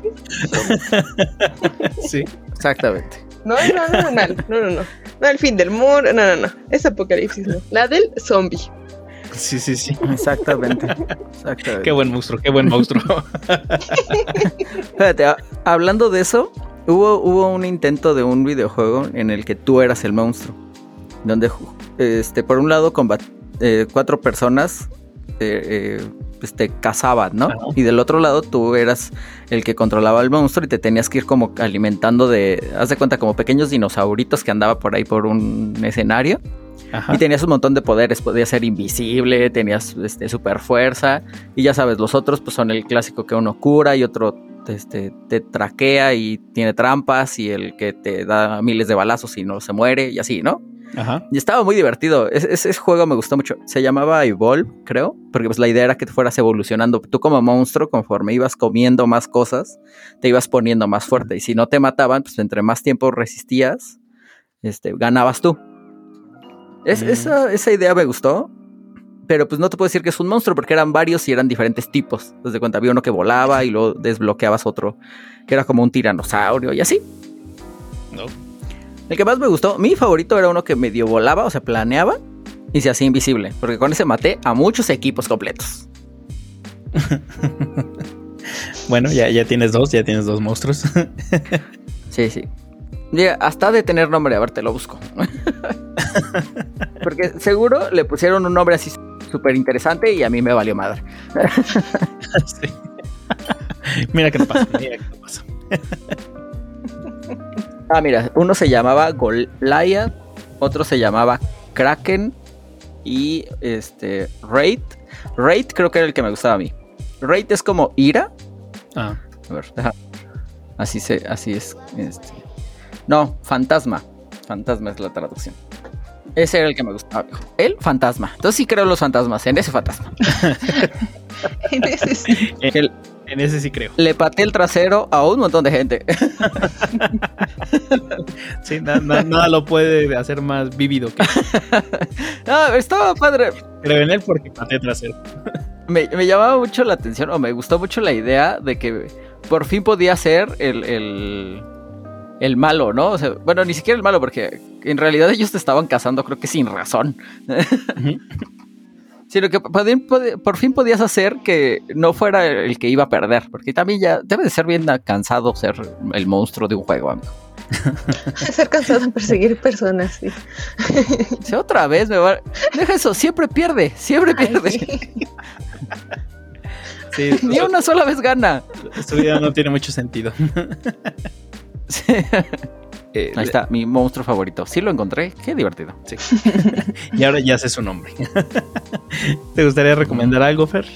Sí. Exactamente. No, no, no, no, no, no, no, no, no, el fin del mundo, no, no, no, es apocalipsis, no, la del zombie. Sí, sí, sí. Exactamente, exactamente. Qué buen monstruo, qué buen monstruo. Espérate, a- hablando de eso, hubo, hubo un intento de un videojuego en el que tú eras el monstruo, donde, este, por un lado, combat- eh, cuatro personas eh, eh, pues te cazaban, ¿no? Uh-huh. Y del otro lado tú eras el que controlaba al monstruo y te tenías que ir como alimentando de, haz de cuenta, como pequeños dinosauritos que andaba por ahí por un escenario. Ajá. Y tenías un montón de poderes, podías ser invisible, tenías este, super fuerza, y ya sabes, los otros pues son el clásico que uno cura y otro este, te traquea y tiene trampas, y el que te da miles de balazos y no se muere, y así, ¿no? Ajá. Y estaba muy divertido. Ese, ese juego me gustó mucho. Se llamaba Evolve, creo, porque pues la idea era que te fueras evolucionando. Tú como monstruo, conforme ibas comiendo más cosas, te ibas poniendo más fuerte. Y si no te mataban, pues entre más tiempo resistías, este, ganabas tú. Es, mm. esa, esa idea me gustó. Pero pues no te puedo decir que es un monstruo, porque eran varios y eran diferentes tipos. Desde cuenta había uno que volaba y luego desbloqueabas otro que era como un tiranosaurio y así. No. El que más me gustó, mi favorito era uno que medio volaba, o sea, planeaba y se hacía invisible, porque con ese maté a muchos equipos completos. Bueno, ya, ya tienes dos, ya tienes dos monstruos. Sí, sí. Mira, hasta de tener nombre, a ver, te lo busco. Porque seguro le pusieron un nombre así súper interesante y a mí me valió madre. Sí. Mira qué te pasa, mira qué te pasa. Ah, mira, uno se llamaba Goliath, otro se llamaba Kraken y este Raid. Raid creo que era el que me gustaba a mí. Raid es como ira. Ah. A ver, deja. Así se, así es. Este. No, fantasma. Fantasma es la traducción. Ese era el que me gustaba. El fantasma. Entonces sí creo en los fantasmas, en ese fantasma. En ese sí. El, en ese sí creo. Le pateé el trasero a un montón de gente. Sí, na, na, nada lo puede hacer más vívido que no, estaba padre. Creo en él porque pateé el trasero. Me, me llamaba mucho la atención, o me gustó mucho la idea de que por fin podía ser el, el, el malo, ¿no? O sea, bueno, ni siquiera el malo, porque en realidad ellos te estaban cazando, creo que sin razón. Uh-huh. Sino que por, por, por fin podías hacer que no fuera el que iba a perder, porque también ya debe de ser bien cansado ser el monstruo de un juego, amigo. Ser cansado de perseguir personas, sí. Si otra vez me va... Deja eso, siempre pierde, siempre Ay, pierde. Sí. Sí, ni una sola vez gana. Su vida no tiene mucho sentido. Sí. Eh, Ahí está, mi monstruo favorito. Sí lo encontré, qué divertido. Sí. Y ahora ya sé su nombre. ¿Te gustaría recomendar algo, Fer?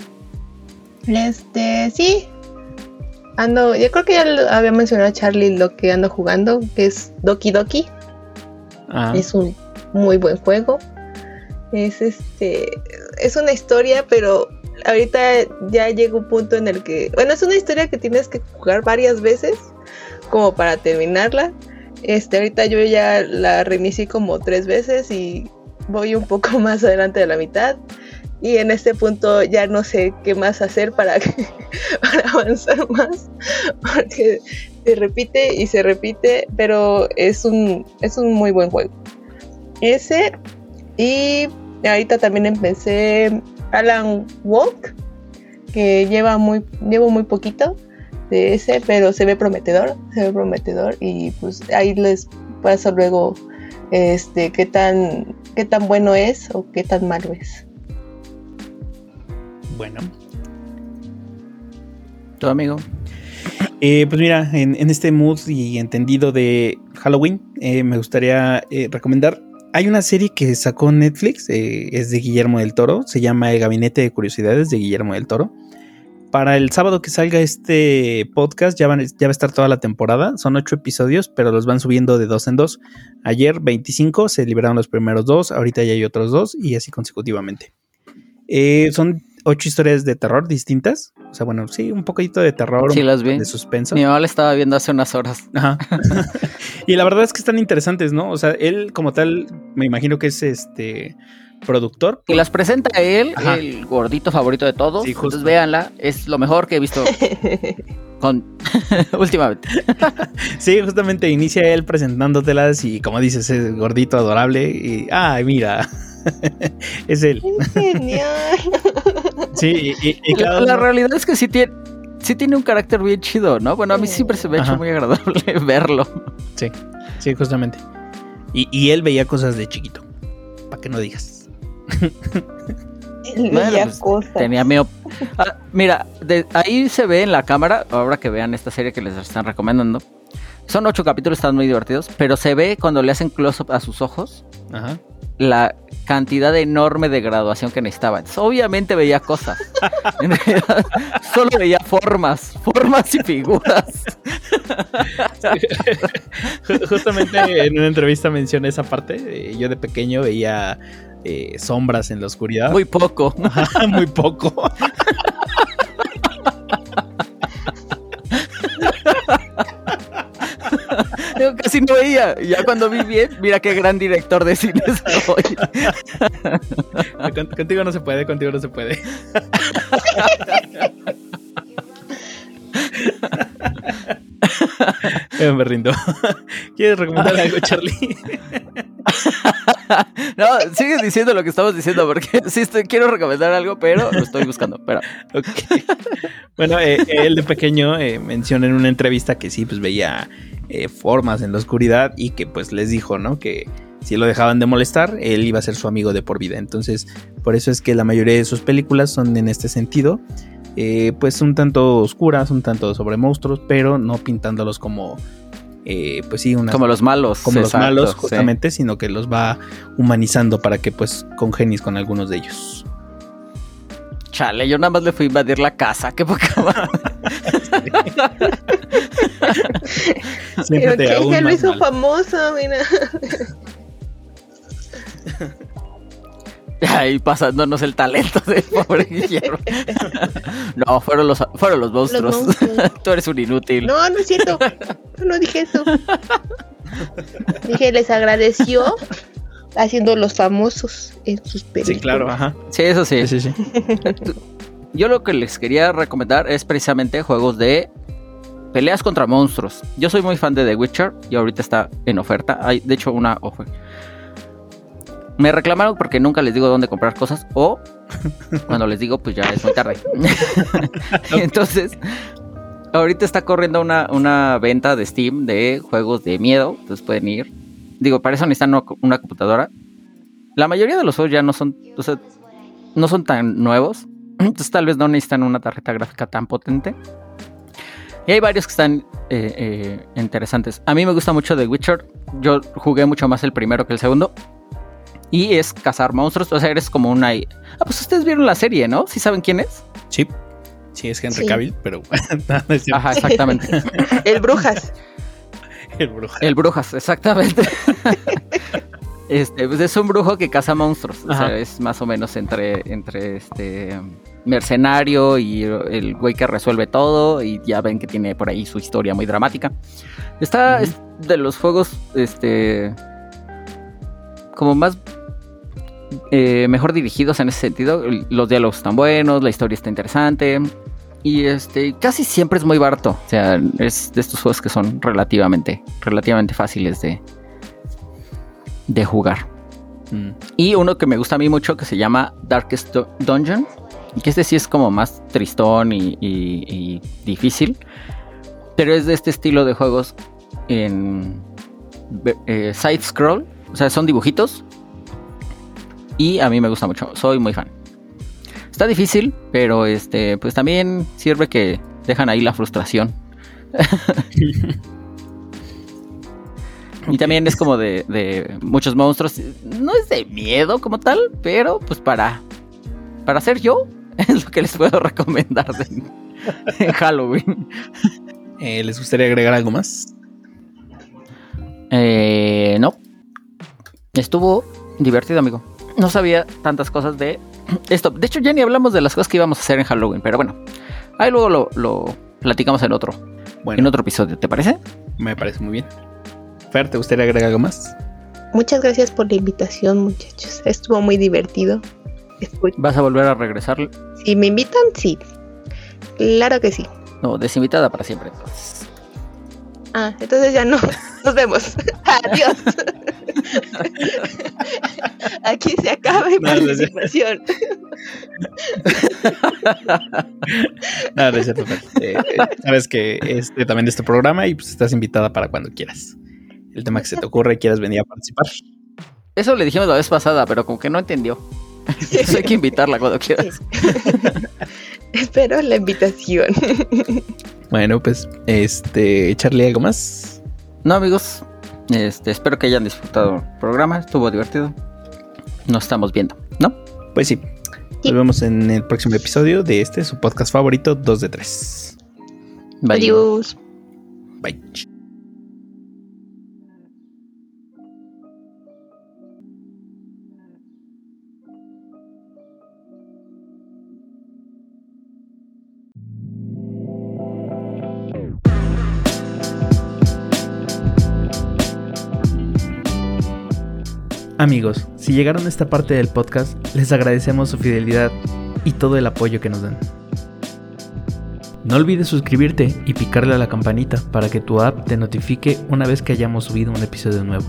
Este, sí. Ando, yo creo que ya lo había mencionado a Charlie lo que ando jugando, que es Doki Doki. Ah. Es un muy buen juego. Es este, es una historia, pero ahorita ya llega un punto en el que, bueno, es una historia que tienes que jugar varias veces como para terminarla. Este, ahorita yo ya la reinicié como tres veces y voy un poco más adelante de la mitad. Y en este punto ya no sé qué más hacer para, para avanzar más. Porque se repite y se repite, pero es un, es un muy buen juego. Ese, y ahorita también empecé Alan Wake, que lleva muy, llevo muy poquito de ese, pero se ve prometedor, se ve prometedor y pues ahí les paso luego este qué tan qué tan bueno es o qué tan malo es. Bueno. ¿Tu amigo? Eh, pues mira, en, en este mood y entendido de Halloween, eh, me gustaría eh, recomendar. Hay una serie que sacó Netflix, eh, es de Guillermo del Toro, se llama El Gabinete de Curiosidades de Guillermo del Toro. Para el sábado que salga este podcast ya, van, ya va a estar toda la temporada. Son ocho episodios, pero los van subiendo de dos en dos. Ayer, veinticinco, se liberaron los primeros dos. Ahorita ya hay otros dos y así consecutivamente. Eh, son ocho historias de terror distintas. O sea, bueno, sí, un poquito de terror, sí, las vi. De suspenso. Mi mamá la estaba viendo hace unas horas. Ajá. Y la verdad es que están interesantes, ¿no? O sea, él como tal, me imagino que es este... productor. Y las presenta él, Ajá. El gordito favorito de todos. Sí, entonces véanla, es lo mejor que he visto con últimamente. Sí, justamente inicia él presentándotelas y como dices, es gordito, adorable y ¡ay, mira! Es él. Es genial. Sí, y, y, y la, la realidad es que sí tiene, sí tiene un carácter bien chido, ¿no? Bueno, a mí siempre se me ha hecho Ajá. muy agradable verlo. Sí, sí, justamente. Y, y él veía cosas de chiquito, para que no digas. Él Bueno, veía pues, cosas. tenía miop... ah, mira, de, ahí se ve en la cámara, ahora que vean esta serie que les están recomendando. Son ocho capítulos, están muy divertidos, pero se ve cuando le hacen close-up a sus ojos. Ajá. La cantidad enorme de graduación que necesitaba. Entonces, obviamente veía cosas. En realidad, solo veía formas, formas y figuras. Justamente en una entrevista mencioné esa parte. Eh, yo de pequeño veía eh, sombras en la oscuridad. Muy poco. Muy poco. Yo casi no veía. Y ya cuando vi bien, mira qué gran director de cine soy. Cont- contigo no se puede, contigo no se puede. Eh, me rindo. ¿Quieres recomendar algo, Charlie? No, sigue diciendo lo que estamos diciendo porque sí estoy, quiero recomendar algo, pero lo estoy buscando. Pero... Okay. Bueno, eh, él de pequeño eh, menciona en una entrevista que sí, pues veía eh, formas en la oscuridad y que pues les dijo, ¿no? Que si lo dejaban de molestar, él iba a ser su amigo de por vida. Entonces, por eso es que la mayoría de sus películas son en este sentido. Eh, pues un tanto oscuras, un tanto sobre monstruos, pero no pintándolos como, eh, pues sí, unas, como los malos. como exacto, los malos justamente, sí. Sino que los va humanizando para que pues congenies con algunos de ellos. Chale, yo nada más le fui a invadir la casa, qué poca madre. Pero que aún ya lo más hizo mal. famoso, mira. Ahí pasándonos el talento del pobre Guillermo. No, fueron los, fueron los monstruos. Los monstruos. Tú eres un inútil. No, no es cierto. Yo no dije eso. Dije, les agradeció haciendo los famosos en sus películas. Sí, claro, ajá. Sí, eso sí. Sí, sí, sí. Yo lo que les quería recomendar es precisamente juegos de peleas contra monstruos. Yo soy muy fan de The Witcher y ahorita está en oferta. Hay, de hecho, una oferta. Me reclamaron porque nunca les digo dónde comprar cosas o cuando les digo pues ya es muy tarde. Entonces, ahorita está corriendo una, una venta de Steam de juegos de miedo. Entonces pueden ir. Digo, para eso necesitan una, una computadora. La mayoría de los juegos ya no son, o sea, no son tan nuevos. Entonces tal vez no necesitan una tarjeta gráfica tan potente. Y hay varios que están eh, eh, interesantes. A mí me gusta mucho The Witcher. Yo jugué mucho más el primero que el segundo. Y es cazar monstruos. O sea, eres como una... Ah, pues ustedes vieron la serie, ¿no? ¿Sí saben quién es? Sí, sí es Henry Sí. Cavill, pero... no es cierto. Ajá, exactamente. El Brujas. El brujo. El Brujas, exactamente. Este, pues es un brujo que caza monstruos. O Ajá. sea, es más o menos entre... entre este mercenario y el güey que resuelve todo, y ya ven que tiene por ahí su historia muy dramática. Está uh-huh. es de los juegos este como más eh, mejor dirigidos en ese sentido. Los diálogos están buenos, la historia está interesante y este casi siempre es muy barato. O sea, es de estos juegos que son relativamente relativamente fáciles de de jugar. Mm. Y uno que me gusta a mí mucho que se llama Darkest Dungeon, que este sí es como más tristón y, y, y difícil, pero es de este estilo de juegos en eh, side scroll, o sea, son dibujitos y a mí me gusta mucho, soy muy fan. Está difícil, pero este pues también sirve que dejan ahí la frustración. Y también es como de, de muchos monstruos. No es de miedo como tal, pero pues para para ser yo es lo que les puedo recomendar de, en Halloween. Eh, ¿Les gustaría agregar algo más? Eh, no. Estuvo divertido, amigo. No sabía tantas cosas de esto. De hecho, ya ni hablamos de las cosas que íbamos a hacer en Halloween, pero bueno, ahí luego lo, lo platicamos en otro, bueno, en otro episodio. ¿Te parece? Me parece muy bien. Fer, ¿te gustaría agregar algo más? Muchas gracias por la invitación, muchachos. Estuvo muy divertido. Escucha. ¿Vas a volver a regresar? Si me invitan, sí. Claro que sí. No, desinvitada para siempre, entonces. Ah, entonces ya no. Nos vemos. Adiós. Aquí se acaba mi no, participación. No, no es cierto, Fer. Eh, sabes que este también es tu programa y pues estás invitada para cuando quieras. El tema que se te ocurre y quieras venir a participar. Eso le dijimos la vez pasada, pero como que no entendió. Entonces hay que invitarla cuando quieras. Sí. Espero la invitación. Bueno, pues, este, Charlie, ¿algo más? No, amigos. Este, espero que hayan disfrutado el programa. Estuvo divertido. Nos estamos viendo, ¿no? Pues sí. sí. Nos vemos en el próximo episodio de este, su podcast favorito, dos de tres. Bye. Adiós. Bye. Amigos, si llegaron a esta parte del podcast, les agradecemos su fidelidad y todo el apoyo que nos dan. No olvides suscribirte y picarle a la campanita para que tu app te notifique una vez que hayamos subido un episodio nuevo.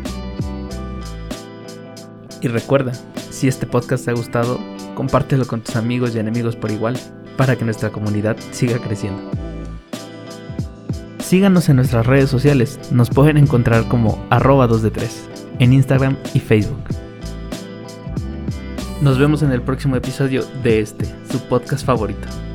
Y recuerda, si este podcast te ha gustado, compártelo con tus amigos y enemigos por igual, para que nuestra comunidad siga creciendo. Síganos en nuestras redes sociales, nos pueden encontrar como arroba dos de tres. En Instagram y Facebook. Nos vemos en el próximo episodio de este, su podcast favorito.